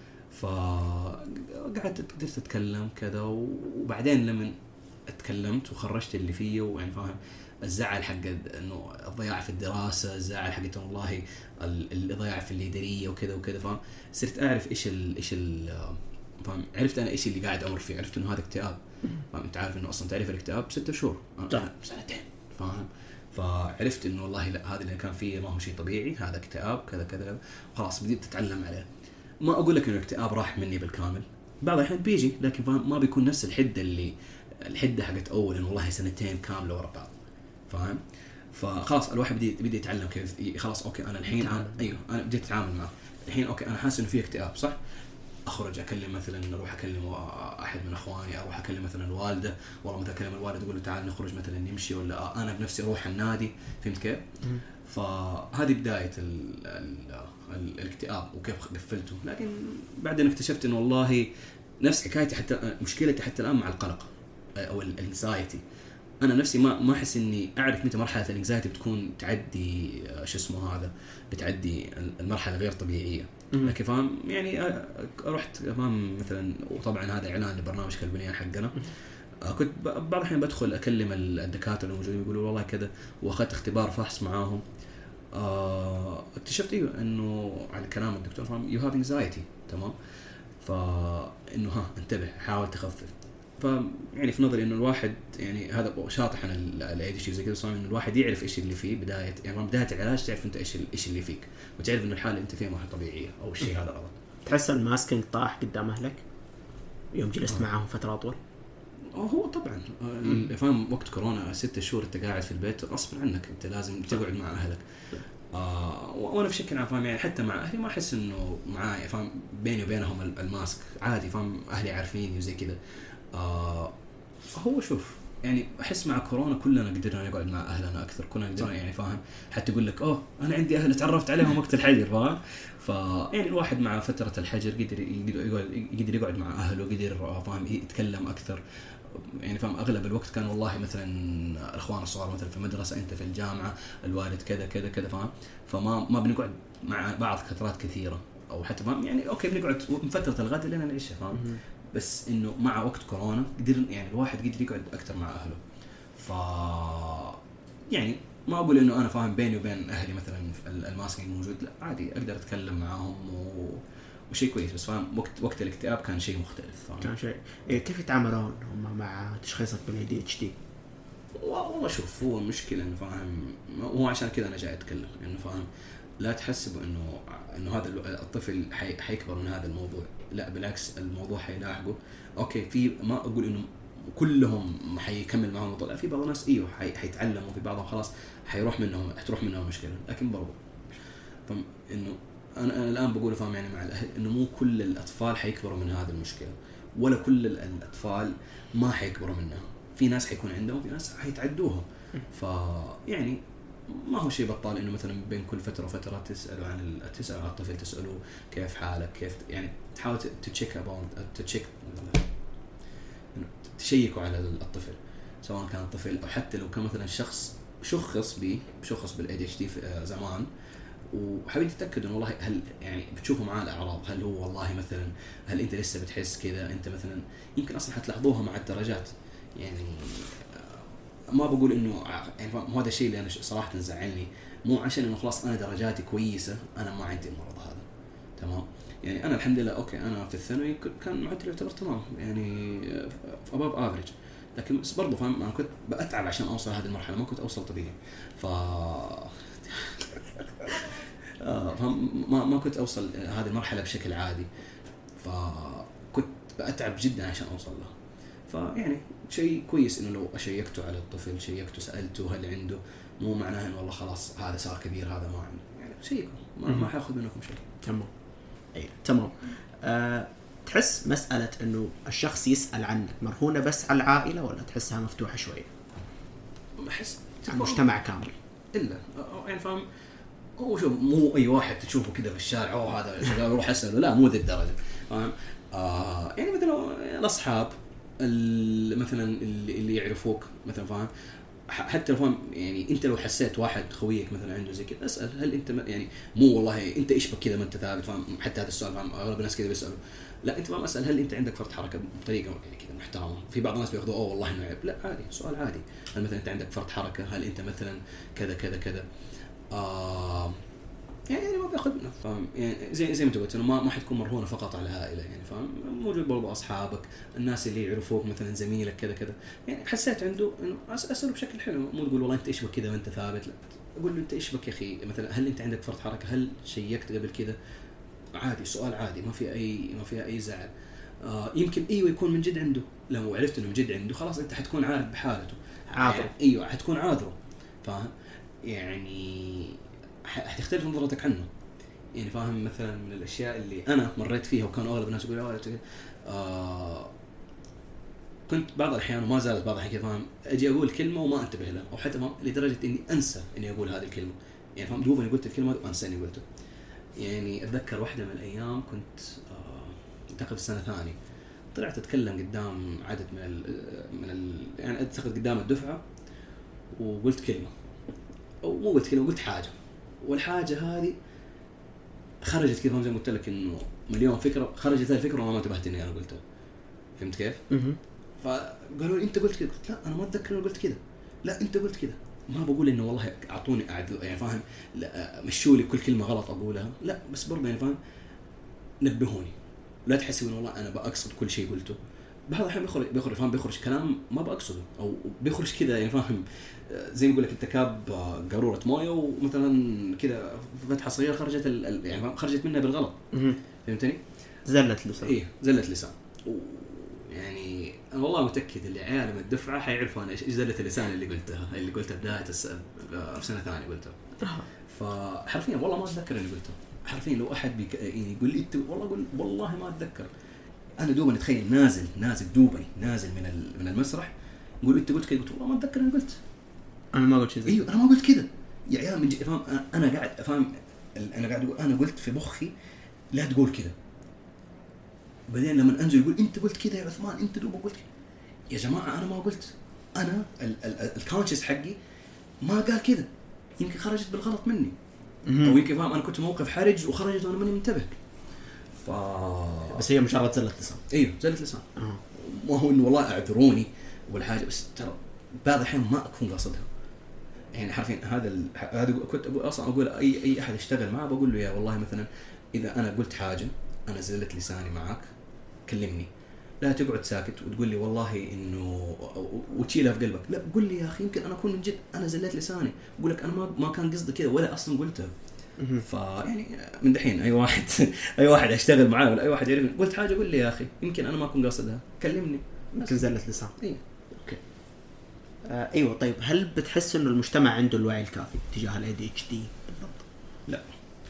فقعدت قدرت اتكلم كذا، وبعدين لما اتكلمت وخرجت اللي فيه ويعني فاهم الزعل حق انه الضياع في الدراسه، الزعل حق انه والله الضياع في الليدريه وكذا وكذا، فاهم صرت اعرف ايش فاهم عرفت انا ايش اللي قاعد امر فيه، عرفت انه هذا اكتئاب. فاهم انت عارف انه اصلا تعرف الاكتئاب 6 شهور 2 سنين فاهم. فعرفت انه والله لا هذا اللي كان فيه ما هو شيء طبيعي، هذا اكتئاب كذا كذا. خلاص بديت تتعلم عليه. ما اقول لك انه الاكتئاب راح مني بالكامل، بعض الأحيان بيجي لكن ما بيكون نفس الحده حقت اول انه والله 2 كامله ورا بعض فاهم. فخلاص الواحد بدي يتعلم كيف خلاص اوكي انا الحين انا بديت اتعامل معه الحين. اوكي انا حاسس انه في اكتئاب صح، اخرج اكلم مثلا اروح اكلم احد من اخواني، اروح اكلم مثلا الوالده، والله مثلا اكلم الوالد اقول له تعال نخرج مثلا نمشي، ولا انا بنفسي اروح النادي، فهمت كيف؟ فهذه بدايه الاكتئاب وكيف قفلته. لكن بعدين اكتشفت انه والله نفس حكايتي، حتى مشكلتي حتى الان مع القلق او الانسايتي. انا نفسي ما احس اني اعرف متى مرحله الانكزايتي بتكون تعدي شو اسمه هذا، بتعدي المرحله غير طبيعيه. لكن فاهم يعني رحت فاهم مثلا، وطبعا هذا اعلان لبرنامج كالبنيان حقنا، كنت بعض الأحيان بدخل أكلم الدكاترة الموجودين يقولوا والله كذا، وأخذت اختبار فحص معاهم. اكتشفت إنه على كلام الدكتور فاهم you have anxiety، تمام، فإنه انتبه، حاول تخفف. فيعني في نظري إنه الواحد يعني هذا شاطح عن الADHD زي كذا، صار إنه الواحد يعرف إيش اللي فيه بداية، يعني بداية العلاج تعرف أنت إيش اللي فيك، وتعرف إنه الحالة أنت فيها ما هي طبيعية أو الشيء هذا غلط. تحس الماسكينج طاح قدام أهلك يوم جلست معاهم فترة أطول؟ هو طبعا فاهم وقت كورونا 6 شهور انت قاعد في البيت غصب عنك، انت لازم تقعد مع اهلك. وانا بشكل عام فاهم يعني حتى مع اهلي ما احس انه معاي فاهم بيني وبينهم الماسك عادي، فاهم اهلي عارفين وزي كذا. هو شوف يعني احس مع كورونا كلنا قدرنا نقعد مع اهلنا اكثر، كلنا قدرنا يعني فاهم، حتى يقول لك انا عندي اهل تعرفت عليهم وقت الحجر، فاهم. يعني الواحد مع فتره الحجر قدر يقعد مع اهله، قدر فاهم يتكلم اكثر، يعني فاهم اغلب الوقت كان والله مثلا الاخوان الصغار مثلا في المدرسه، انت في الجامعه، الوالد كذا كذا كذا، فاهم. فما بنقعد مع بعض فترات كثيره، او حتى فاهم يعني اوكي بنقعد من فتره الغد لين نعيشها، فاهم. بس انه مع وقت كورونا قدر يعني الواحد قدر يقعد اكثر مع اهله. يعني ما اقول انه انا فاهم بيني وبين اهلي مثلا الماسكينج موجود، لا عادي اقدر اتكلم معاهم وشيء كويس، بس فاهم وقت الاكتئاب كان شيء مختلف، فاهم. كان شيء كيف يتعاملون هم مع تشخيصك بالADHD؟ والله شوف، هو المشكله انه فاهم، هو عشان كذا انا جاي اتكلم انه فاهم لا تحسبوا انه هذا الطفل حيكبر من هذا الموضوع، لا بالعكس الموضوع حيلاحقه. اوكي في ما اقول انه كلهم حيكمل معهم الموضوع، لا في بعض الناس حيتعلموا، في بعضهم خلاص حتروح منهم المشكله، لكن برضو فهم انه انا الان بقول فاهم يعني مع الاهل انه مو كل الاطفال حيكبروا من هذه المشكله، ولا كل الاطفال ما حيكبروا منها. في ناس حيكون عندهم، في ناس حيتعدوها. يعني ما هو شيء بطال انه مثلا بين كل فتره وفتره تسال عن الطفل، تساله كيف حالك، كيف يعني تحاول تشيكوا على الطفل، سواء كان طفل او حتى لو كان مثلا شخص شخص بالADHD في زمان، وحابين تتاكدوا انه والله هل يعني بتشوفوا معاه الاعراض، هل هو والله مثلا هل انت لسه بتحس كذا، انت مثلا يمكن اصلا حتلاحظوها مع الدرجات. يعني ما بقول انه يعني هذا الشيء اللي انا صراحه زعلني، مو عشان انه خلاص انا درجاتي كويسه انا ما عندي المرض هذا، تمام. يعني انا الحمد لله اوكي، انا في الثانوي كان معدلي يعتبر تمام، يعني above average، لكن بس برضه فاهم انا كنت بأتعب عشان اوصل هذه المرحله، ما كنت اوصل طبيعي. ما كنت اوصل هذه المرحله بشكل عادي، فكنت بأتعب جدا عشان اوصل لها. فيعني شيء كويس انه لو اشيكته على الطفل، شيكته سالته هل عنده، مو معناه انه والله خلاص هذا صار كبير هذا ما عنده، يعني شيء ما حياخذ منكم شيء. تمام. تمام. تحس مساله انه الشخص يسال عنك مرهونه بس على العائله، ولا تحسها مفتوحه شويه؟ احس المجتمع كامل الا يعني فاهم. هو شوف مو اي واحد تشوفه كذا في الشارع هذا شغال روح اساله، لا مو ذي الدرجه، فاهم. يعني مثلا الاصحاب مثلا اللي يعرفوك مثلا، فاهم، حتى فاهم يعني انت لو حسيت واحد خويك مثلا عنده زي كذا، اسال هل انت يعني مو والله انت ايش بك كذا ما انت ثابت، فاهم. حتى هذا السؤال فاهم اغلب الناس كذا بيسالوا، لا انت فاهم اسال هل انت عندك فرط حركه بطريقه يعني كذا محترمه. في بعض الناس بياخذوا والله انه عيب، لا عادي، سؤال عادي. هل مثلا انت عندك فرط حركه، هل انت مثلا كذا كذا كذا، يعني ما بياخذ منه، فاهم. يعني زي ما انت قلت انه ما حتكون مرهونه فقط على العائله، يعني فاهم، موجود برضو اصحابك، الناس اللي يعرفوك مثلا زميلك كذا كذا. يعني حسيت عنده انه اساله بشكل حلو، مو تقول والله انت ايش بك كذا وانت ثابت، لا اقول له انت ايش بك يا اخي، مثلا هل انت عندك فرط حركه، هل شيكت قبل كذا، عادي، سؤال عادي، ما فيها اي زعل. يمكن ايوه يكون من جد عنده، لو عرفت انه من جد عنده خلاص انت حتكون عارف بحالته، عاذره. ايوه حتكون عاذره، فاهم. يعني حتختلف نظرتك عنه، يعني فاهم. مثلا من الاشياء اللي انا مريت فيها وكانوا اغلب الناس يقولوا كنت بعض الاحيان وما زالت بعض الاحيان فاهم اجي اقول كلمه وما انتبه لها، او حتى لدرجه اني انسى اني اقول هذه الكلمه، يعني فاهم دوبني قلت الكلمه وانسى اني قلتها. يعني اتذكر واحده من الايام كنت اعتقد السنه الثانيه، طلعت اتكلم قدام عدد يعني اتخذ قدام الدفعه وقلت كلمه او مو قلت كلمه، قلت حاجه، والحاجه هذه خرجت كذا زي ما قلت لك انه مليون فكره، خرجت الفكره وما انتبهت اني انا قلتها. فهمت كيف؟ فقالوا لي انت قلت كذا، قلت لا انا ما اتذكر اني قلت كذا. لا انت قلت كذا. ما بقول انه والله اعطوني يعني فاهم، مشوا لي كل كلمه غلط اقولها، لا بس برضه يعني فاهم نبهوني، لا تحسوا انه والله انا بقصد كل شيء قلته. بهذا الحين بيخرج كلام ما بقصده، او بيخرج كذا يعني فاهم، زي ما يقول لك انت كاب قاروره مويه ومثلا كذا فتحه صغيره خرجت يعني خرجت منها بالغلط. فهمتني؟ زلت لسان. ايه زلت لسان. يعني انا والله متاكد اللي عيالي الدفعه حيعرفوا انا ايش زلت اللسان اللي قلتها بدايه في سنه ثانيه قلتها. فحرفيا والله ما اتذكر اني قلتها. حرفيا لو احد يقول لي انت والله اقول والله ما اتذكر. انا دوبني اتخيل نازل دوبني نازل من المسرح، يقول انت قلت كذا، قلت والله ما اتذكر اني قلت. انا ما قلت شيء. ايوه انا ما قلت كذا يا عيال من فاهم. انا قاعد افهم، انا قاعد اقول انا قلت في مخي لا تقول كذا. بعدين لما انزل يقول انت قلت كذا يا عثمان، انت دوب قلت يا جماعه انا ما قلت. انا الكونشس حقي ما قال كذا، يمكن خرجت بالغلط مني او يمكن فاهم انا كنت موقف حرج وخرجت وانا ماني منتبه. بس هي مجرد زلة لسان. ايوه زلة لسان. ما هو انه والله اعذروني ولا حاجه، بس ترى بعض الحين ما اكون قاصدها. يعني حرفيا هذا كنت اقول اي احد يشتغل معه بقول له يا والله مثلا اذا انا قلت حاجه انا زلت لساني معك كلمني، لا تقعد ساكت وتقول لي والله انه وتشيلها في قلبك. لا قول لي يا اخي يمكن انا اكون من جد انا زلت لساني، اقول لك انا ما كان قصدي كذا ولا اصلا قلتها. فيعني من دحين اي واحد اشتغل معاه ولا اي واحد يعرف قلت حاجه قول لي يا اخي يمكن انا ما اكون قاصدها كلمني، يمكن زلت لسان. ايوه اوكي. ايوه طيب هل بتحس انه المجتمع عنده الوعي الكافي تجاه ال ADHD بالضبط؟ لا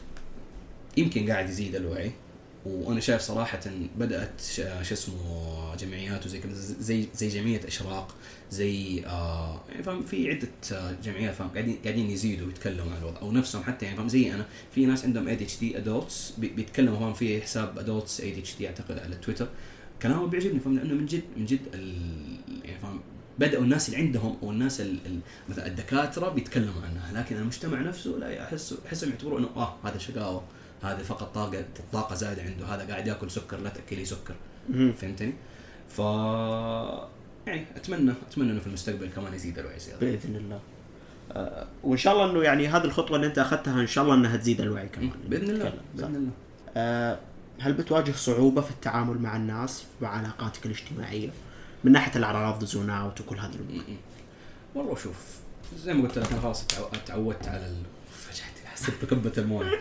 يمكن قاعد يزيد الوعي، وانا شايف صراحه بدات اسمه جمعيات وزي كذا زي جمعيه اشراق زي يعني فاهم في عده جمعيات فاهم قاعدين يزيدوا ويتكلموا عن الوضع او نفسهم حتى يعني فاهم زي انا في ناس عندهم ADHD adults بيتكلموا فاهم في حساب adults ADHD اعتقد على تويتر، كلامه بيعجبني فاهم لانه من جد يعني فاهم بدأوا الناس اللي عندهم او الناس مثلا الدكاتره بيتكلموا عنها، لكن المجتمع نفسه لا احسهم يعتبروا انه هذا شقاوه، هذا فقط طاقه زايده عنده، هذا قاعد ياكل سكر لا تاكلي سكر. فهمتني؟ ف يعني اتمنى انه في المستقبل كمان يزيد الوعي زياده باذن الله. وان شاء الله انه يعني هذه الخطوه اللي انت اخذتها ان شاء الله انها تزيد الوعي كمان باذن الله. هل بتواجه صعوبه في التعامل مع الناس مع علاقاتك الاجتماعيه من ناحيه الاعراض زون اوت وكل هذه الامور؟ والله شوف زي ما قلت لك انا خلاص تعودت على فجأة حسيت بكبة المويه.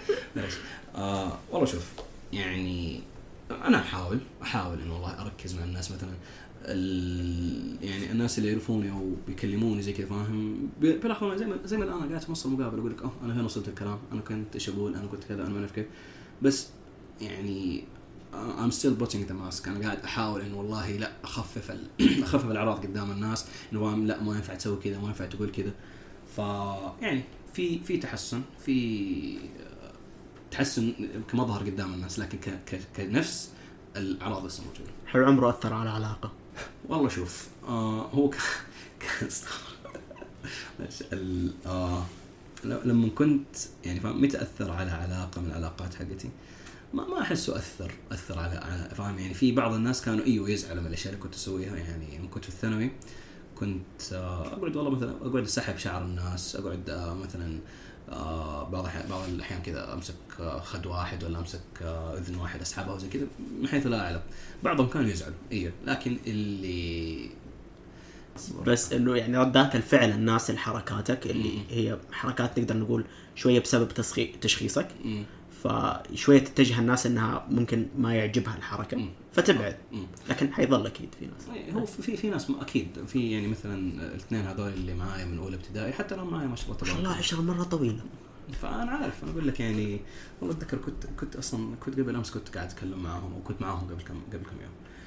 والله شوف يعني انا احاول انه والله اركز مع الناس مثلا يعني الناس اللي يعرفوني او بيكلموني زي كذا فاهم بيلاحظون زي ما الان قاعد في مصر مقابل اقول لك انا هنا وصلت الكلام، انا كنت ايش اقول، انا كنت كذا، انا ما اعرف كيف، بس يعني I'm still putting the mask. أنا قاعد أحاول إنه والله لا أخفف الأعراض قدام الناس، إنه لا ما ينفع تسوي كذا، ما ينفع تقول كذا. يعني في تحسن كمظهر قدام الناس، لكن كنفس الأعراض لسه موجودة. هل عمره أثر على علاقة؟ والله شوف هو لما كنت يعني متى أثر على علاقة من العلاقات حقتي؟ ما أحسه أثر على فاهم يعني في بعض الناس كانوا يزعلوا من الأشياء اللي كنت أسويها. يعني لما كنت في الثانوي كنت أقعد والله مثلا أقعد أسحب شعر الناس، أقعد مثلا بعض الأحيان كذا أمسك خد واحد ولا أمسك أذن واحد أسحبها وزي كذا من حيث لا أعلم. بعضهم كانوا يزعلوا لكن اللي بس إنه يعني ردات الفعل الناس لحركاتك اللي هي حركات نقدر نقول شوية بسبب تشخيصك فشوية تتجه الناس إنها ممكن ما يعجبها الحركة فتبعد، لكن حيظل أكيد في ناس. هو في ناس أكيد في يعني مثلا الاثنين هذول اللي معايا من أولى ابتدائي حتى لو معايا ما شاء الله تبارك الله 10 مرة طويلة. فأنا عارف أنا أقول لك يعني والله أتذكر كنت أصلا كنت قبل أمس كنت قاعد أتكلم معهم وكنت معهم قبل كم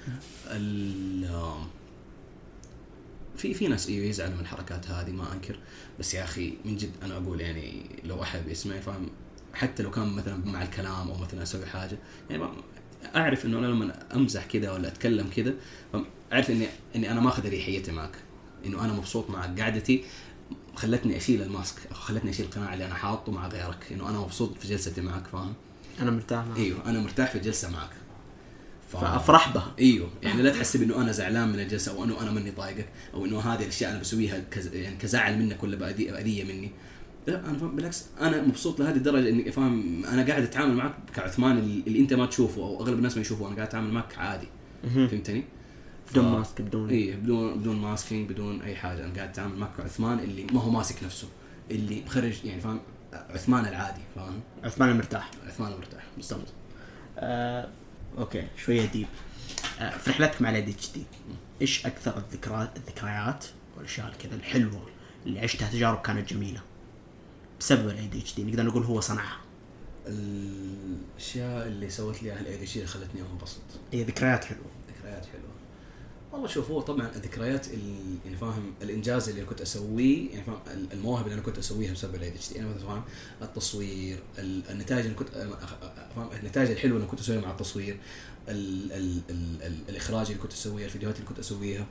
يوم. في ناس يزعلوا من الحركات هذه ما أنكر، بس يا أخي من جد أنا أقول يعني لو أحد يسمع فاهم حتى لو كان مثلا مع الكلام أو مثلا أسوي حاجة يعني اعرف انه انا لما امزح كده ولا اتكلم كده اعرف اني انا ماخذ ريحيتي معك، انه انا مبسوط مع قعدتي، خلتني اشيل الماسك، خلتني اشيل القناع اللي انا حاطه مع غيرك، انه انا مبسوط في جلستي معك، فاهم؟ انا مرتاح معك. ايوه انا مرتاح في الجلسه معك، فافرح بها. ايوه يعني لا تحسب انه انا زعلان من الجلسه او انه انا ماني طايقك او انه هذه الاشياء انا بسويها يعني كزعل منك ولا بأذية مني. لا انا فاهم، بالعكس انا مبسوط لهذه الدرجه اني فاهم انا قاعد اتعامل معك كعثمان اللي انت ما تشوفه او اغلب الناس ما يشوفوه، انا قاعد اتعامل معك عادي. فهمتني؟ بدون ماسك، بدون بدون ماسكينج، بدون اي حاجه. انا قاعد اتعامل معك كعثمان اللي ما هو ماسك نفسه، اللي مخرج يعني فاهم، عثمان العادي، فاهم؟ عثمان المرتاح. عثمان المرتاح بالضبط. اوكي شويه ديب. في رحلتك مع الADHD ايش اكثر الذكريات والاشياء كذا الحلوه اللي عشتها، تجارب كانت جميله بسبب الADHD نقدر نقول هو صنعها؟ الاشياء اللي سوت لي الADHD اللي خلتني انبسط، هي ذكريات حلوه. ذكريات حلوه والله. شوف هو طبعا الذكريات اللي فاهم الانجاز اللي كنت اسويه، يعني فاهم المواهب اللي انا كنت اسويها بسبب الADHD، انا مثلا فاهم التصوير، النتائج اللي كنت فاهم، النتائج الحلوه اللي كنت اسويها مع التصوير، الاخراج اللي كنت اسويه، الفيديوهات اللي كنت اسويها.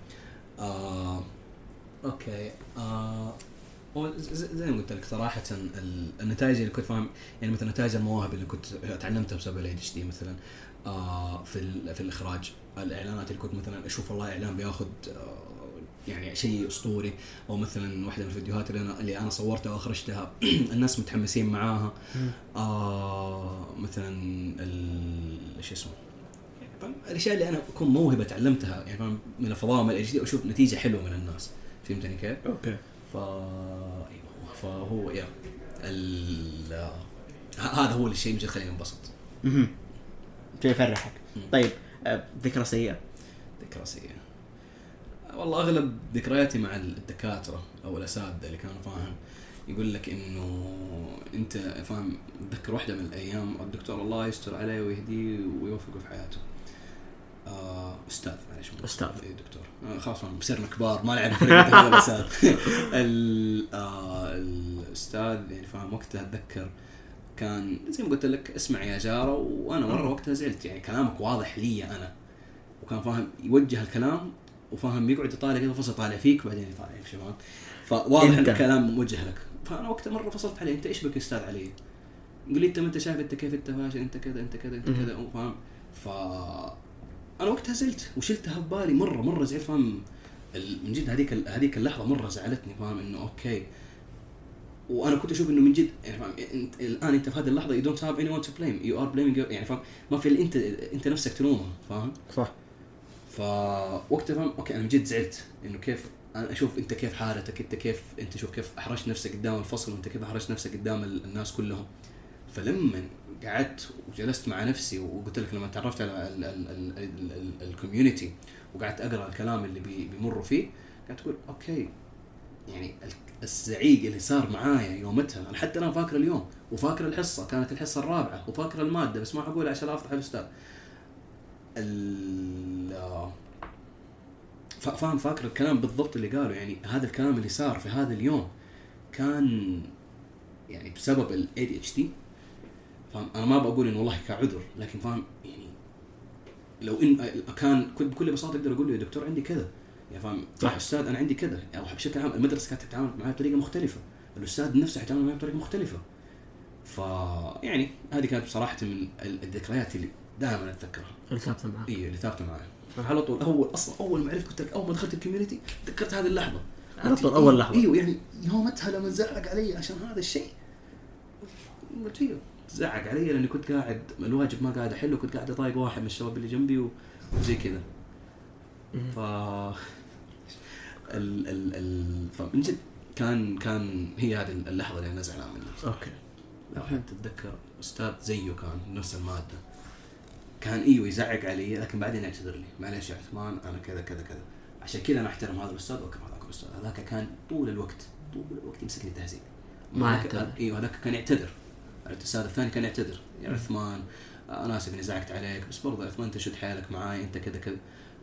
اوكي زي ما قلت لك صراحه النتائج اللي كنت فاهم، يعني مثلا نتائج المواهب اللي كنت تعلمتها بسبب الADHD مثلا في الاخراج، الاعلانات اللي كنت مثلا اشوف والله اعلان بياخذ يعني شيء اسطوري، او مثلا واحده من الفيديوهات اللي انا صورتها واخرجتها الناس متحمسين معاها. مثلا ايش اسمه، الاشياء اللي انا اكون موهبه تعلمتها يعني فاهم من الفضاء من الجديد واشوف نتيجه حلوه من الناس. فهمتني كيف؟ اوكي. فهو يا هذا هو الشيء اللي خليني انبسط. شيء يفرحك. طيب ذكرى سيئه؟ ذكرى سيئه والله اغلب ذكرياتي مع الدكاتره او الاساتذه اللي كانوا فاهم يقول لك انه انت فاهم. اتذكر واحده من الايام الدكتور الله يستر عليه ويهديه ويوفقه في حياته، استاذ معلش استاذ اي دكتور خلاص صرنا كبار ما لعب فريق هذا الاستاذ. الاستاذ يعني فاهم وقتها اتذكر كان زي ما قلت لك اسمع يا جاره، وانا مره وقتها زعلت يعني كلامك واضح لي انا، وكان فاهم يوجه الكلام وفاهم يقعد يطالع كذا فصل طالع فيك بعدين يطالع فيك شباب، فواضح الكلام موجه لك. فانا وقتها مره فصلت عليه، انت ايش بك استاذ علي؟ يقول لي انت ما انت شايف انت كيف انت فاشل، انت كذا انت كذا انت كذا، فاهم؟ انا وقتها زعلت وشلتها ببالي مره زعلت، فاهم؟ من جد هذيك اللحظه مره زعلتني، فاهم انه اوكي. وانا كنت اشوف انه من جد يعني فاهم الان انت في هذه اللحظه you don't have anyone to blame, you are blaming يعني فاهم ما في انت نفسك تلومه، فاهم؟ صح. فوقتها فاهم اوكي انا من جد زعلت انه كيف انا اشوف انت كيف حالتك، انت كيف انت شوف كيف احرجت نفسك قدام الفصل وانت كيف احرجت نفسك قدام الناس كلهم. فلما قعدت وجلست مع نفسي وقلت لك لما تعرفت على الكوميونتي وقعدت اقرا الكلام اللي بيمروا فيه، قعدت اقول اوكي يعني الزعيق اللي صار معايا يومتها، انا حتى انا فاكر اليوم وفاكر الحصه، كانت الحصه الرابعه وفاكر الماده بس ما اقولها عشان افضح الاستاذ. فاكر الكلام بالضبط اللي قاله، يعني هذا الكلام اللي صار في هذا اليوم كان يعني بسبب الADHD. فاهم انا ما بقول انه والله كعذر، لكن فاهم يعني لو ان كان كنت بكل بساطه اقدر اقول له يا دكتور عندي كذا، يعني فاهم صح استاذ انا عندي كذا، يعني بشكل عام المدرسه كانت تتعامل معي بطريقه مختلفه، الاستاذ نفسه يتعامل معي بطريقه مختلفه. يعني هذه كانت بصراحه من الذكريات اللي دائما اتذكرها، اللي ثابته معي. اللي ثابته معي على طول. اول ما عرفت قلت لك اول ما دخلت الكوميونتي تذكرت هذه اللحظه على طول، اول لحظه. ايوه يعني يومتها لما زعق علي عشان هذا الشيء، قلت ايوه زعق علي لاني كنت قاعد الواجب ما قاعد احله، كنت قاعد اطايق واحد من الشباب اللي جنبي وزي كذا. فمن جد كان هي هذه اللحظه اللي انا زعلان منها. اوكي. لو حد تتذكر استاذ زيه كان نفس الماده، كان يزعق علي لكن بعدين يعتذر لي، معلش يا عثمان انا كذا كذا كذا، عشان كذا انا احترم هذا الاستاذ واكرم هذاك الاستاذ. هذاك كان طول الوقت يمسكني تهزيء، ما اعتذر. هذاك كان يعتذر. الاستاذ الثاني كان يعتذر، يا عثمان انا اسف اني زعقت عليك، بس برضه عثمان انت شد حالك معاي، انت كذا كذا.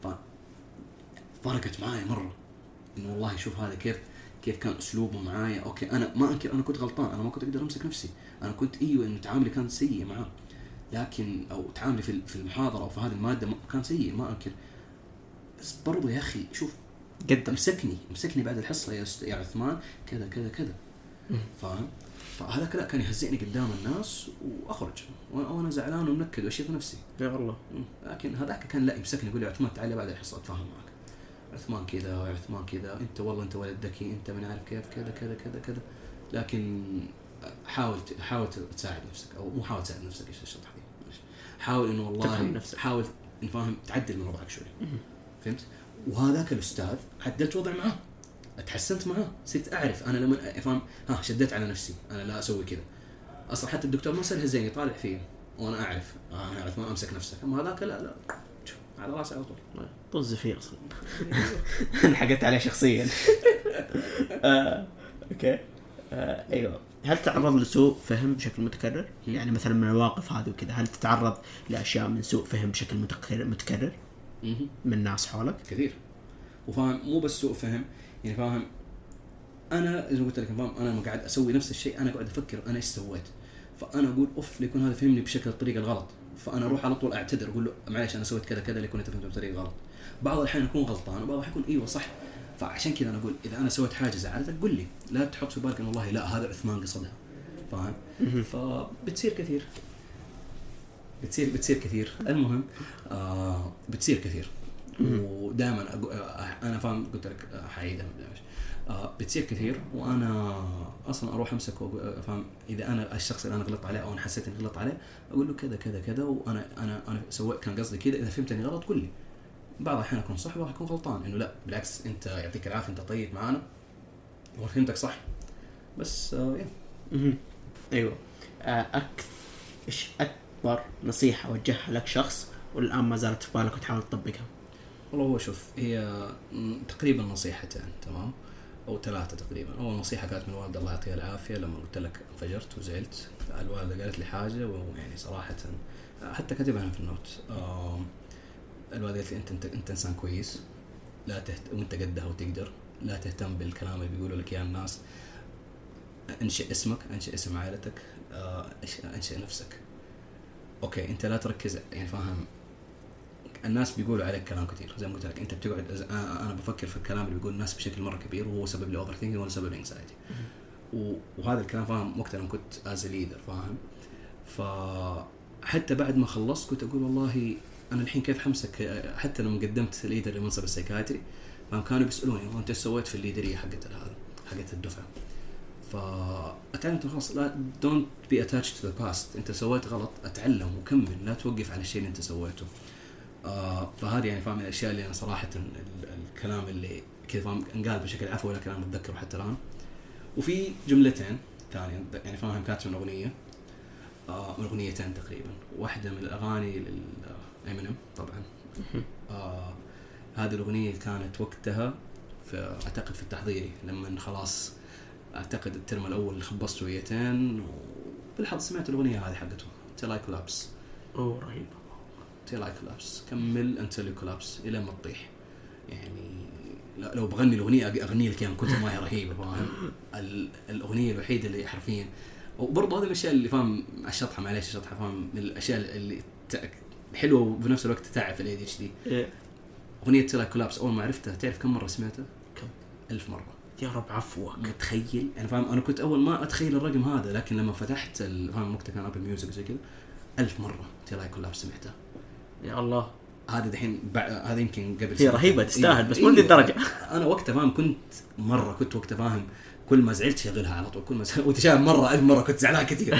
فرقت معاي مره انه والله شوف هذا كيف كان اسلوبه معايا. اوكي انا ما انكر انا كنت غلطان، انا ما كنت اقدر امسك نفسي، انا كنت انه تعاملي كان سيء معاه، لكن او تعاملي في المحاضره او في هذه الماده كان سيء ما انكر، بس برضو يا اخي شوف قد مسكني بعد الحصه يا عثمان كذا كذا كذا فاهم. فهذاك لا كان يهزئني قدام الناس واخرج وانا زعلان ومنكد واشيل نفسي يا الله. لكن هذاك كان لا يمسكني يقول لي عثمان تعال بعد الحصه اتفاهم معك، عثمان كذا يا عثمان كذا، انت والله انت ولد ذكي، انت من عارف كيف كذا كذا كذا كذا. لكن حاول تساعد نفسك، او مو حاول تساعد نفسك، ايش الشطحه دي، حاول انه والله حاول نفهم تعدل من وضعك شوي. فهمت؟ وهذاك الاستاذ عدلت وضع معه، اتحسنت معه، صرت اعرف انا لما افهم شديت على نفسي انا لا اسوي كذا. اصلا حتى الدكتور ما صار هزيني يطالع فيه وانا اعرف اعرف ما امسك نفسك. اما هذاك لا على راسي على طول طز فيه اصلا. انحقت عليه شخصيا. اوكي. ايوه. هل تتعرض لسوء فهم بشكل متكرر؟ يعني مثلا من المواقف هذه وكذا، هل تتعرض لاشياء من سوء فهم بشكل متكرر من ناس حولك؟ كثير. وفاهم مو بس سوء فهم، يعني فاهم انا اذا قلت لك فاهم انا لما قاعد اسوي نفس الشيء انا قاعد افكر انا ايش سويت، فانا اقول اوف ليكون هذا فهمني بشكل الطريقه الغلط، فانا اروح على طول اعتذر اقول له معلش انا سويت كذا كذا ليكون انت فهمته بطريقه غلط. بعض الاحيان اكون غلطان وبعض الاحيان اكون ايوه صح. فعشان كذا انا اقول اذا انا سويت حاجه زعلتك قل لي، لا تحط في بالك انه والله لا هذا عثمان قصدها، فاهم؟ فبتصير كثير بتصير كثير. المهم بتصير كثير ودائما انا فاهم قلت لك حعيدها بتصير كثير. وانا اصلا اروح امسك فاهم اذا انا الشخص اللي انا غلطت عليه او انا حسيت اني غلطت عليه اقول له كذا كذا كذا وانا انا سويت كان قصدي كذا، اذا فهمتني غلط قل لي. بعض الاحيان اكون صح وبعض اكون غلطان، انه لا بالعكس انت يعطيك العافيه انت طيب معانا وفهمتك صح. بس ايوه. ايش اكبر نصيحه وجهها لك شخص والان ما زالت في بالك وتحاول تطبقها؟ والله هو شوف هي تقريبا نصيحتين تمام او 3 تقريبا. اول نصيحه كانت من الوالده الله يعطيها العافيه لما قلت لك انفجرت وزعلت. الوالده قالت لي حاجه ويعني صراحه حتى كتبها في النوت. الوالده قالت لي انت انسان كويس، لا وانت قدها وتقدر، لا تهتم بالكلام اللي بيقولوا لك يا الناس، انشئ اسمك، انشئ اسم عائلتك، انشئ نفسك. اوكي انت لا تركز يعني فاهم الناس بيقولوا عليك كلام كثير زي ما قلت لك، انت بتقعد انا بفكر في الكلام اللي بيقول الناس بشكل مره كبير وهو سبب لي اوفر ثينكينج ولا سبب لي انكزايتي. وهذا الكلام فاهم وقتها لما كنت از ليدر فاهم. فحتى بعد ما خلصت كنت اقول والله انا الحين كيف حمسك. حتى لما قدمت ليدر لمنصب السايكايتري كانوا بيسالوني انت ايش سويت في الليدريه حقت الدفعه. فاتعلمت خلاص لا don't be attached to the past، انت سويت غلط اتعلم وكمل، لا توقف على الشيء اللي انت سويته. فهذه يعني فاهم الاشياء اللي انا صراحه الكلام اللي كذا فاهم انقال بشكل عفوي لكن انا متذكره حتى الان. وفي جملتين ثانيه يعني فاهم كانت من اغنيه من اغنيتين تقريبا، واحده من الاغاني لإمينيم طبعا. هذه الاغنيه كانت وقتها في اعتقد في التحضيري لما خلاص اعتقد الترم الاول خبصت شويتين وبالحظ سمعت الاغنيه هذه حقته Till I Collapse. رهيب. Till I Collapse كمل Until You Collapse الى ما تطيح. يعني لو بغني الاغنيه اغني لك يعني كنت ما هي رهيبه فاهم. الاغنيه الوحيده اللي حرفيا وبرضه هذه الاشياء اللي فاهم الشطحه معليش الشطحه فاهم من الاشياء اللي حلوه وبنفس الوقت تعب في ADHD. اغنيه Till I Collapse اول ما عرفتها تعرف كم مره سمعتها؟ كم؟ 1000 مره. يا رب عفوك. متخيل يعني فاهم انا كنت اول ما اتخيل الرقم هذا لكن لما فتحت فاهم وقتها كان ابل ميوزك زي كذا 1000 مره Till I Collapse سمعتها. يا الله. هذا دحين هذا يمكن قبل هي رهيبة تستاهل بس مو للدرجة. أنا وقتها فاهم كنت وقتها فاهم كل ما زعلت شغلها على طول كل ما وتشاهد مرة 1000 مرة كنت زعلان كثير.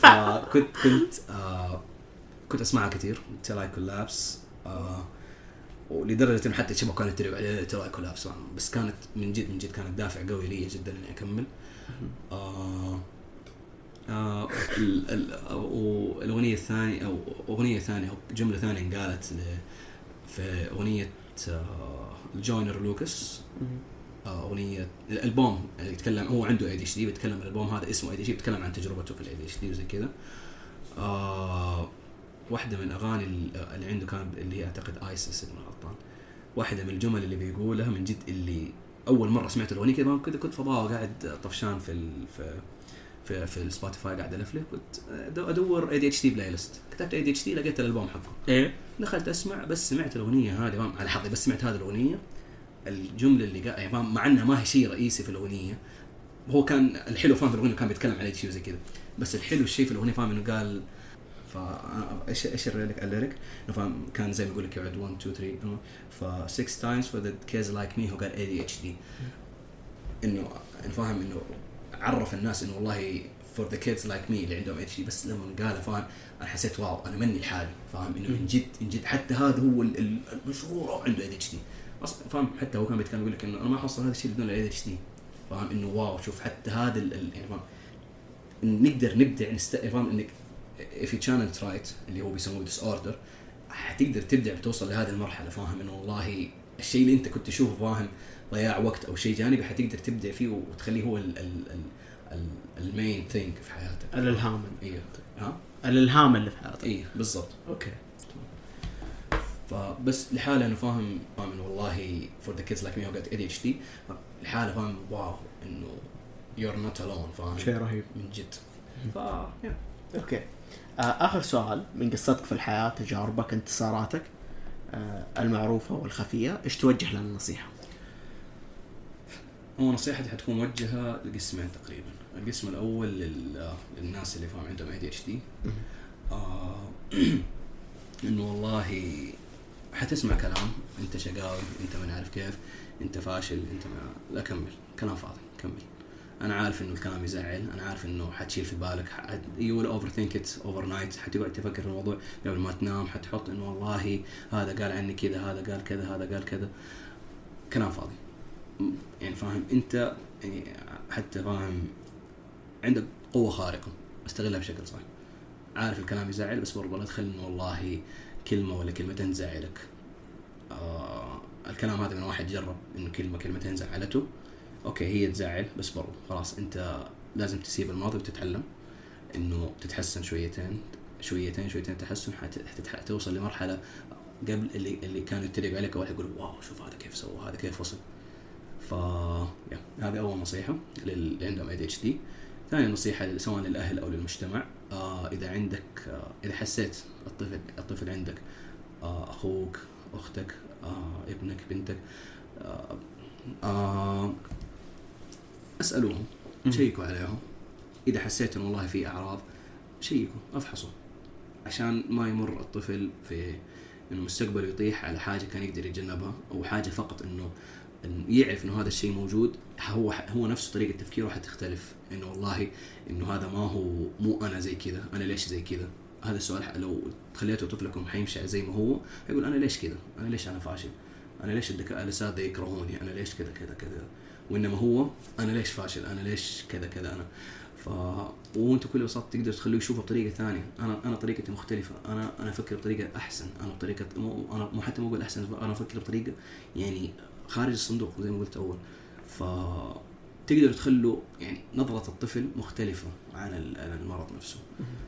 كنت أسمعها كثير Till I Collapse. ولدرجة إن حتى الشباب كانت تريب عليه Till I Collapse بس كانت من جد كانت دافع قوي لي جدا إني أكمل. والأغنية الثانية أو أغنية ثانية أو جملة ثانية انقالت في أغنية جونر لوكاس. أغنية الألبوم يتكلم هو عنده ADHD بيتكلم الألبوم هذا اسمه ADHD بيتكلم عن تجربته في ADHD وزي كذا. واحدة من الأغاني اللي عنده كان اللي هي أعتقد آيسس إذا ما غلطان. واحدة من الجمل اللي بيقولها من جد اللي أول مرة سمعت الأغنية كذا كنت فضاء وقاعد طفشان في في السبوتيفاي قاعد الفلك كنت ادور ADHD بلاي ليست كتبت ADHD لقيت الالبوم حقه دخلت اسمع بس سمعت الاغنيه هذه على حظي بس سمعت هذه الاغنيه الجمله اللي يعني مع انها ما هي شيء رئيسي في الاغنيه هو كان الحلو فاهم في الاغنيه كان بيتكلم على شيء زي كذا بس الحلو الشيء في الاغنيه فاهم انه قال ايش الليريك فاهم كان زي ما يقول لك يقعد 1 2 3 6 times for the kids like me who got ADHD انه فاهم انه عرف الناس انه والله for the kids like me اللي عندهم ADHD بس لما قال فاهم انا حسيت واو انا مني لحالي فاهم انه من جد حتى هذا هو المشهور عنده ADHD اصلا فاهم حتى هو كان بيتكلم يقول لك انه انا ما حصل هذا الشيء بدون ADHD فاهم انه واو شوف حتى هذا يعني فاهم نقدر نبدع فاهم انك if you channel right اللي هو بيسموه disorder حتقدر تبدع بتوصل لهذه المرحله فاهم انه والله الشيء اللي انت كنت تشوفه فاهم ضياع وقت او شيء جانبي حتقدر تبدع فيه وتخليه هو المين ثينك في حياتك الالهام ها الالهام اللي في حياتك ايه بالضبط اوكي فبس لحاله انه فاهم انه والله for the kids like me who got ADHD لحاله فاهم واو انه you're not alone فاهم شيء رهيب من جد اوكي اخر سؤال من قصتك في الحياه تجاربك انتصاراتك المعروفه والخفيه ايش توجه لنا النصيحه؟ هو نصيحتي حتكون موجهه لقسمين تقريبا القسم الاول للناس اللي فاهم عندهم ADHD انه والله حتسمع كلام انت شقاوي انت ما نعرف كيف انت فاشل انت لا كمل كلام فاضي كمل انا عارف انه الكلام يزعل انا عارف انه حتشيل في بالك you will overthink it overnight حتقعد تفكر في الموضوع قبل ما تنام حتحط انه والله هذا قال عني كذا هذا قال كذا هذا قال كذا كلام فاضي يعني فاهم انت يعني حتى فاهم عندك قوة خارقة استغلها بشكل صح عارف الكلام يزعل بس برضه لا تخلي انه والله كلمة ولا كلمتين تزعلك الكلام هذا من واحد جرب انه كلمتين زعلته اوكي هي تزعل بس برضه خلاص انت لازم تسيب الماضي وتتعلم انه تتحسن شويتين تحسن حتوصل لمرحلة قبل اللي كانوا يتريقوا عليك اول يقولوا واو شوف هذا كيف سوى هذا كيف وصل هذه اول نصيحة اللي عندهم ADHD ثاني نصيحة سواء للأهل أو للمجتمع إذا عندك إذا حسيت الطفل عندك أخوك أختك ابنك بنتك أسألوهم شيكوا عليهم إذا حسيت إن والله في أعراض شيكوا أفحصوا عشان ما يمر الطفل في إنه مستقبله يطيح على حاجة كان يقدر يتجنبها أو حاجة فقط إنه يعرف إنه هذا الشيء موجود هو نفس طريقة تفكيره حتختلف إنه والله إنه هذا ما هو مو أنا زي كذا أنا ليش زي كذا هذا السؤال لو خليته طفلكم حيمشي زي ما هو يقول أنا ليش كذا أنا ليش أنا فاشل أنا ليش الأساتذة يكرهوني أنا ليش كذا كذا كذا وإنما هو أنا ليش فاشل أنا ليش كذا كذا أنا وأنت كل بساطة تقدر تخليه يشوفه بطريقة ثانية أنا طريقتي مختلفة أنا أفكر بطريقة أحسن أنا بطريقة أنا مو حتى مو أقول أحسن أنا أفكر بطريقة يعني خارج الصندوق زي ما قلت أول فتقدر تخلوا يعني نظرة الطفل مختلفة عن المرض نفسه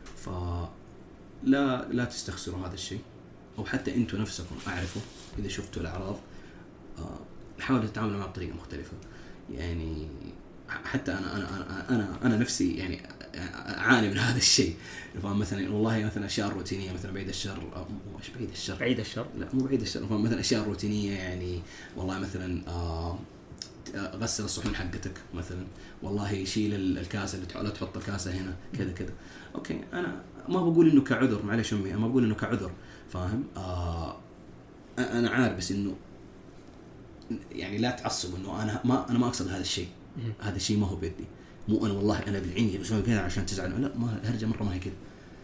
لا تستخسروا هذا الشيء أو حتى أنتوا نفسكم أعرفوا إذا شفتوا الأعراض حاولوا تتعاملوا معه بطريقة مختلفة يعني حتى أنا نفسي يعني أعاني من هذا الشيء فاهم مثلا والله مثلا أشياء روتينية مثلا بعيد الشر لا مو بعيد الشر فاهم مثلا أشياء روتينية يعني والله مثلا غسل الصحون حقتك مثلا والله يشيل الكاسة اللي تحط الكاسة هنا كذا كذا أوكي أنا ما بقول إنه كعذر معلش أمي أنا ما بقول إنه كعذر فاهم أنا عارف بس إنه يعني لا تعصب إنه أنا ما أقصد هذا الشيء هذا الشيء ما هو بيدي مو أنا والله أنا بالعيني بسوي كذا عشان تزعل لا ما هرجة مرة ما هي كذا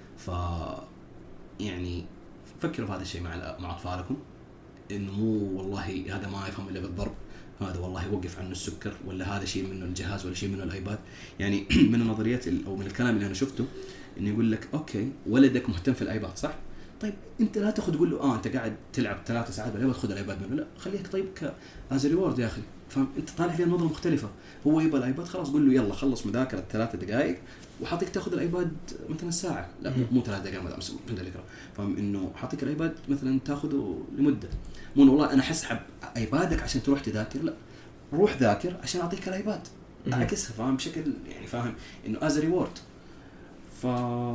يعني فكروا في هذا الشيء مع أطفالكم إنه مو والله هذا ما يفهم إلا بالضرب هذا والله يوقف عنه السكر ولا هذا شيء منه الجهاز ولا شيء منه الآيباد يعني من النظريات أو من الكلام اللي أنا شفته إنه يقول لك أوكي ولدك مهتم في الآيباد صح طيب أنت لا تأخذ تقول له أنت قاعد تلعب 3 ساعات بالآيباد خذ الآيباد منه لا خليك طيب as a reward يا أخي فهم أنت طالع فيها نظرة مختلفة هو يبغى الآيباد خلاص قول له يلا خلص مذاكرة 3 دقائق وحاطيك تأخذ الآيباد مثلا ساعة لا مو 3 دقائق ما ذكر فهم إنه حاطيك الآيباد مثلا تأخذه لمدة مو والله أنا حسحب آيبادك عشان تروح تذاكر لا روح ذاكر عشان أعطيك الآيباد اعكسها فاهم بشكل يعني فاهم انه از ريورد. ف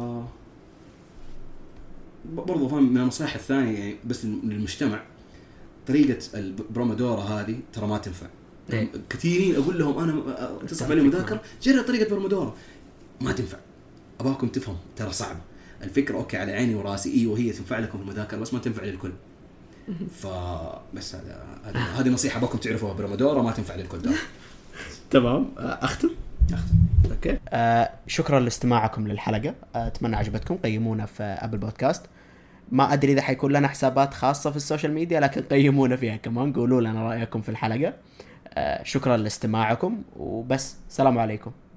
برضو فاهم من النصائح الثانيه يعني بس للمجتمع طريقه البرومودورا هذه ترى ما تنفع. كثيرين اقول لهم انا تصعب علي مذاكره جرب طريقه برومودورا ما تنفع. اباكم تفهم ترى صعبه الفكره اوكي على عيني وراسي ايوه هي تنفع لكم في المذاكره بس ما تنفع للكل. فبس هذه نصيحه اباكم تعرفوها برومودورا ما تنفع للكل. تمام اختم. اوكي شكرا لاستماعكم للحلقه. اتمنى عجبتكم. قيمونا في ابل بودكاست. ما ادري اذا حيكون لنا حسابات خاصه في السوشيال ميديا لكن قيمونا فيها كمان. قولوا لنا رايكم في الحلقه. شكرا لاستماعكم وبس. سلام عليكم.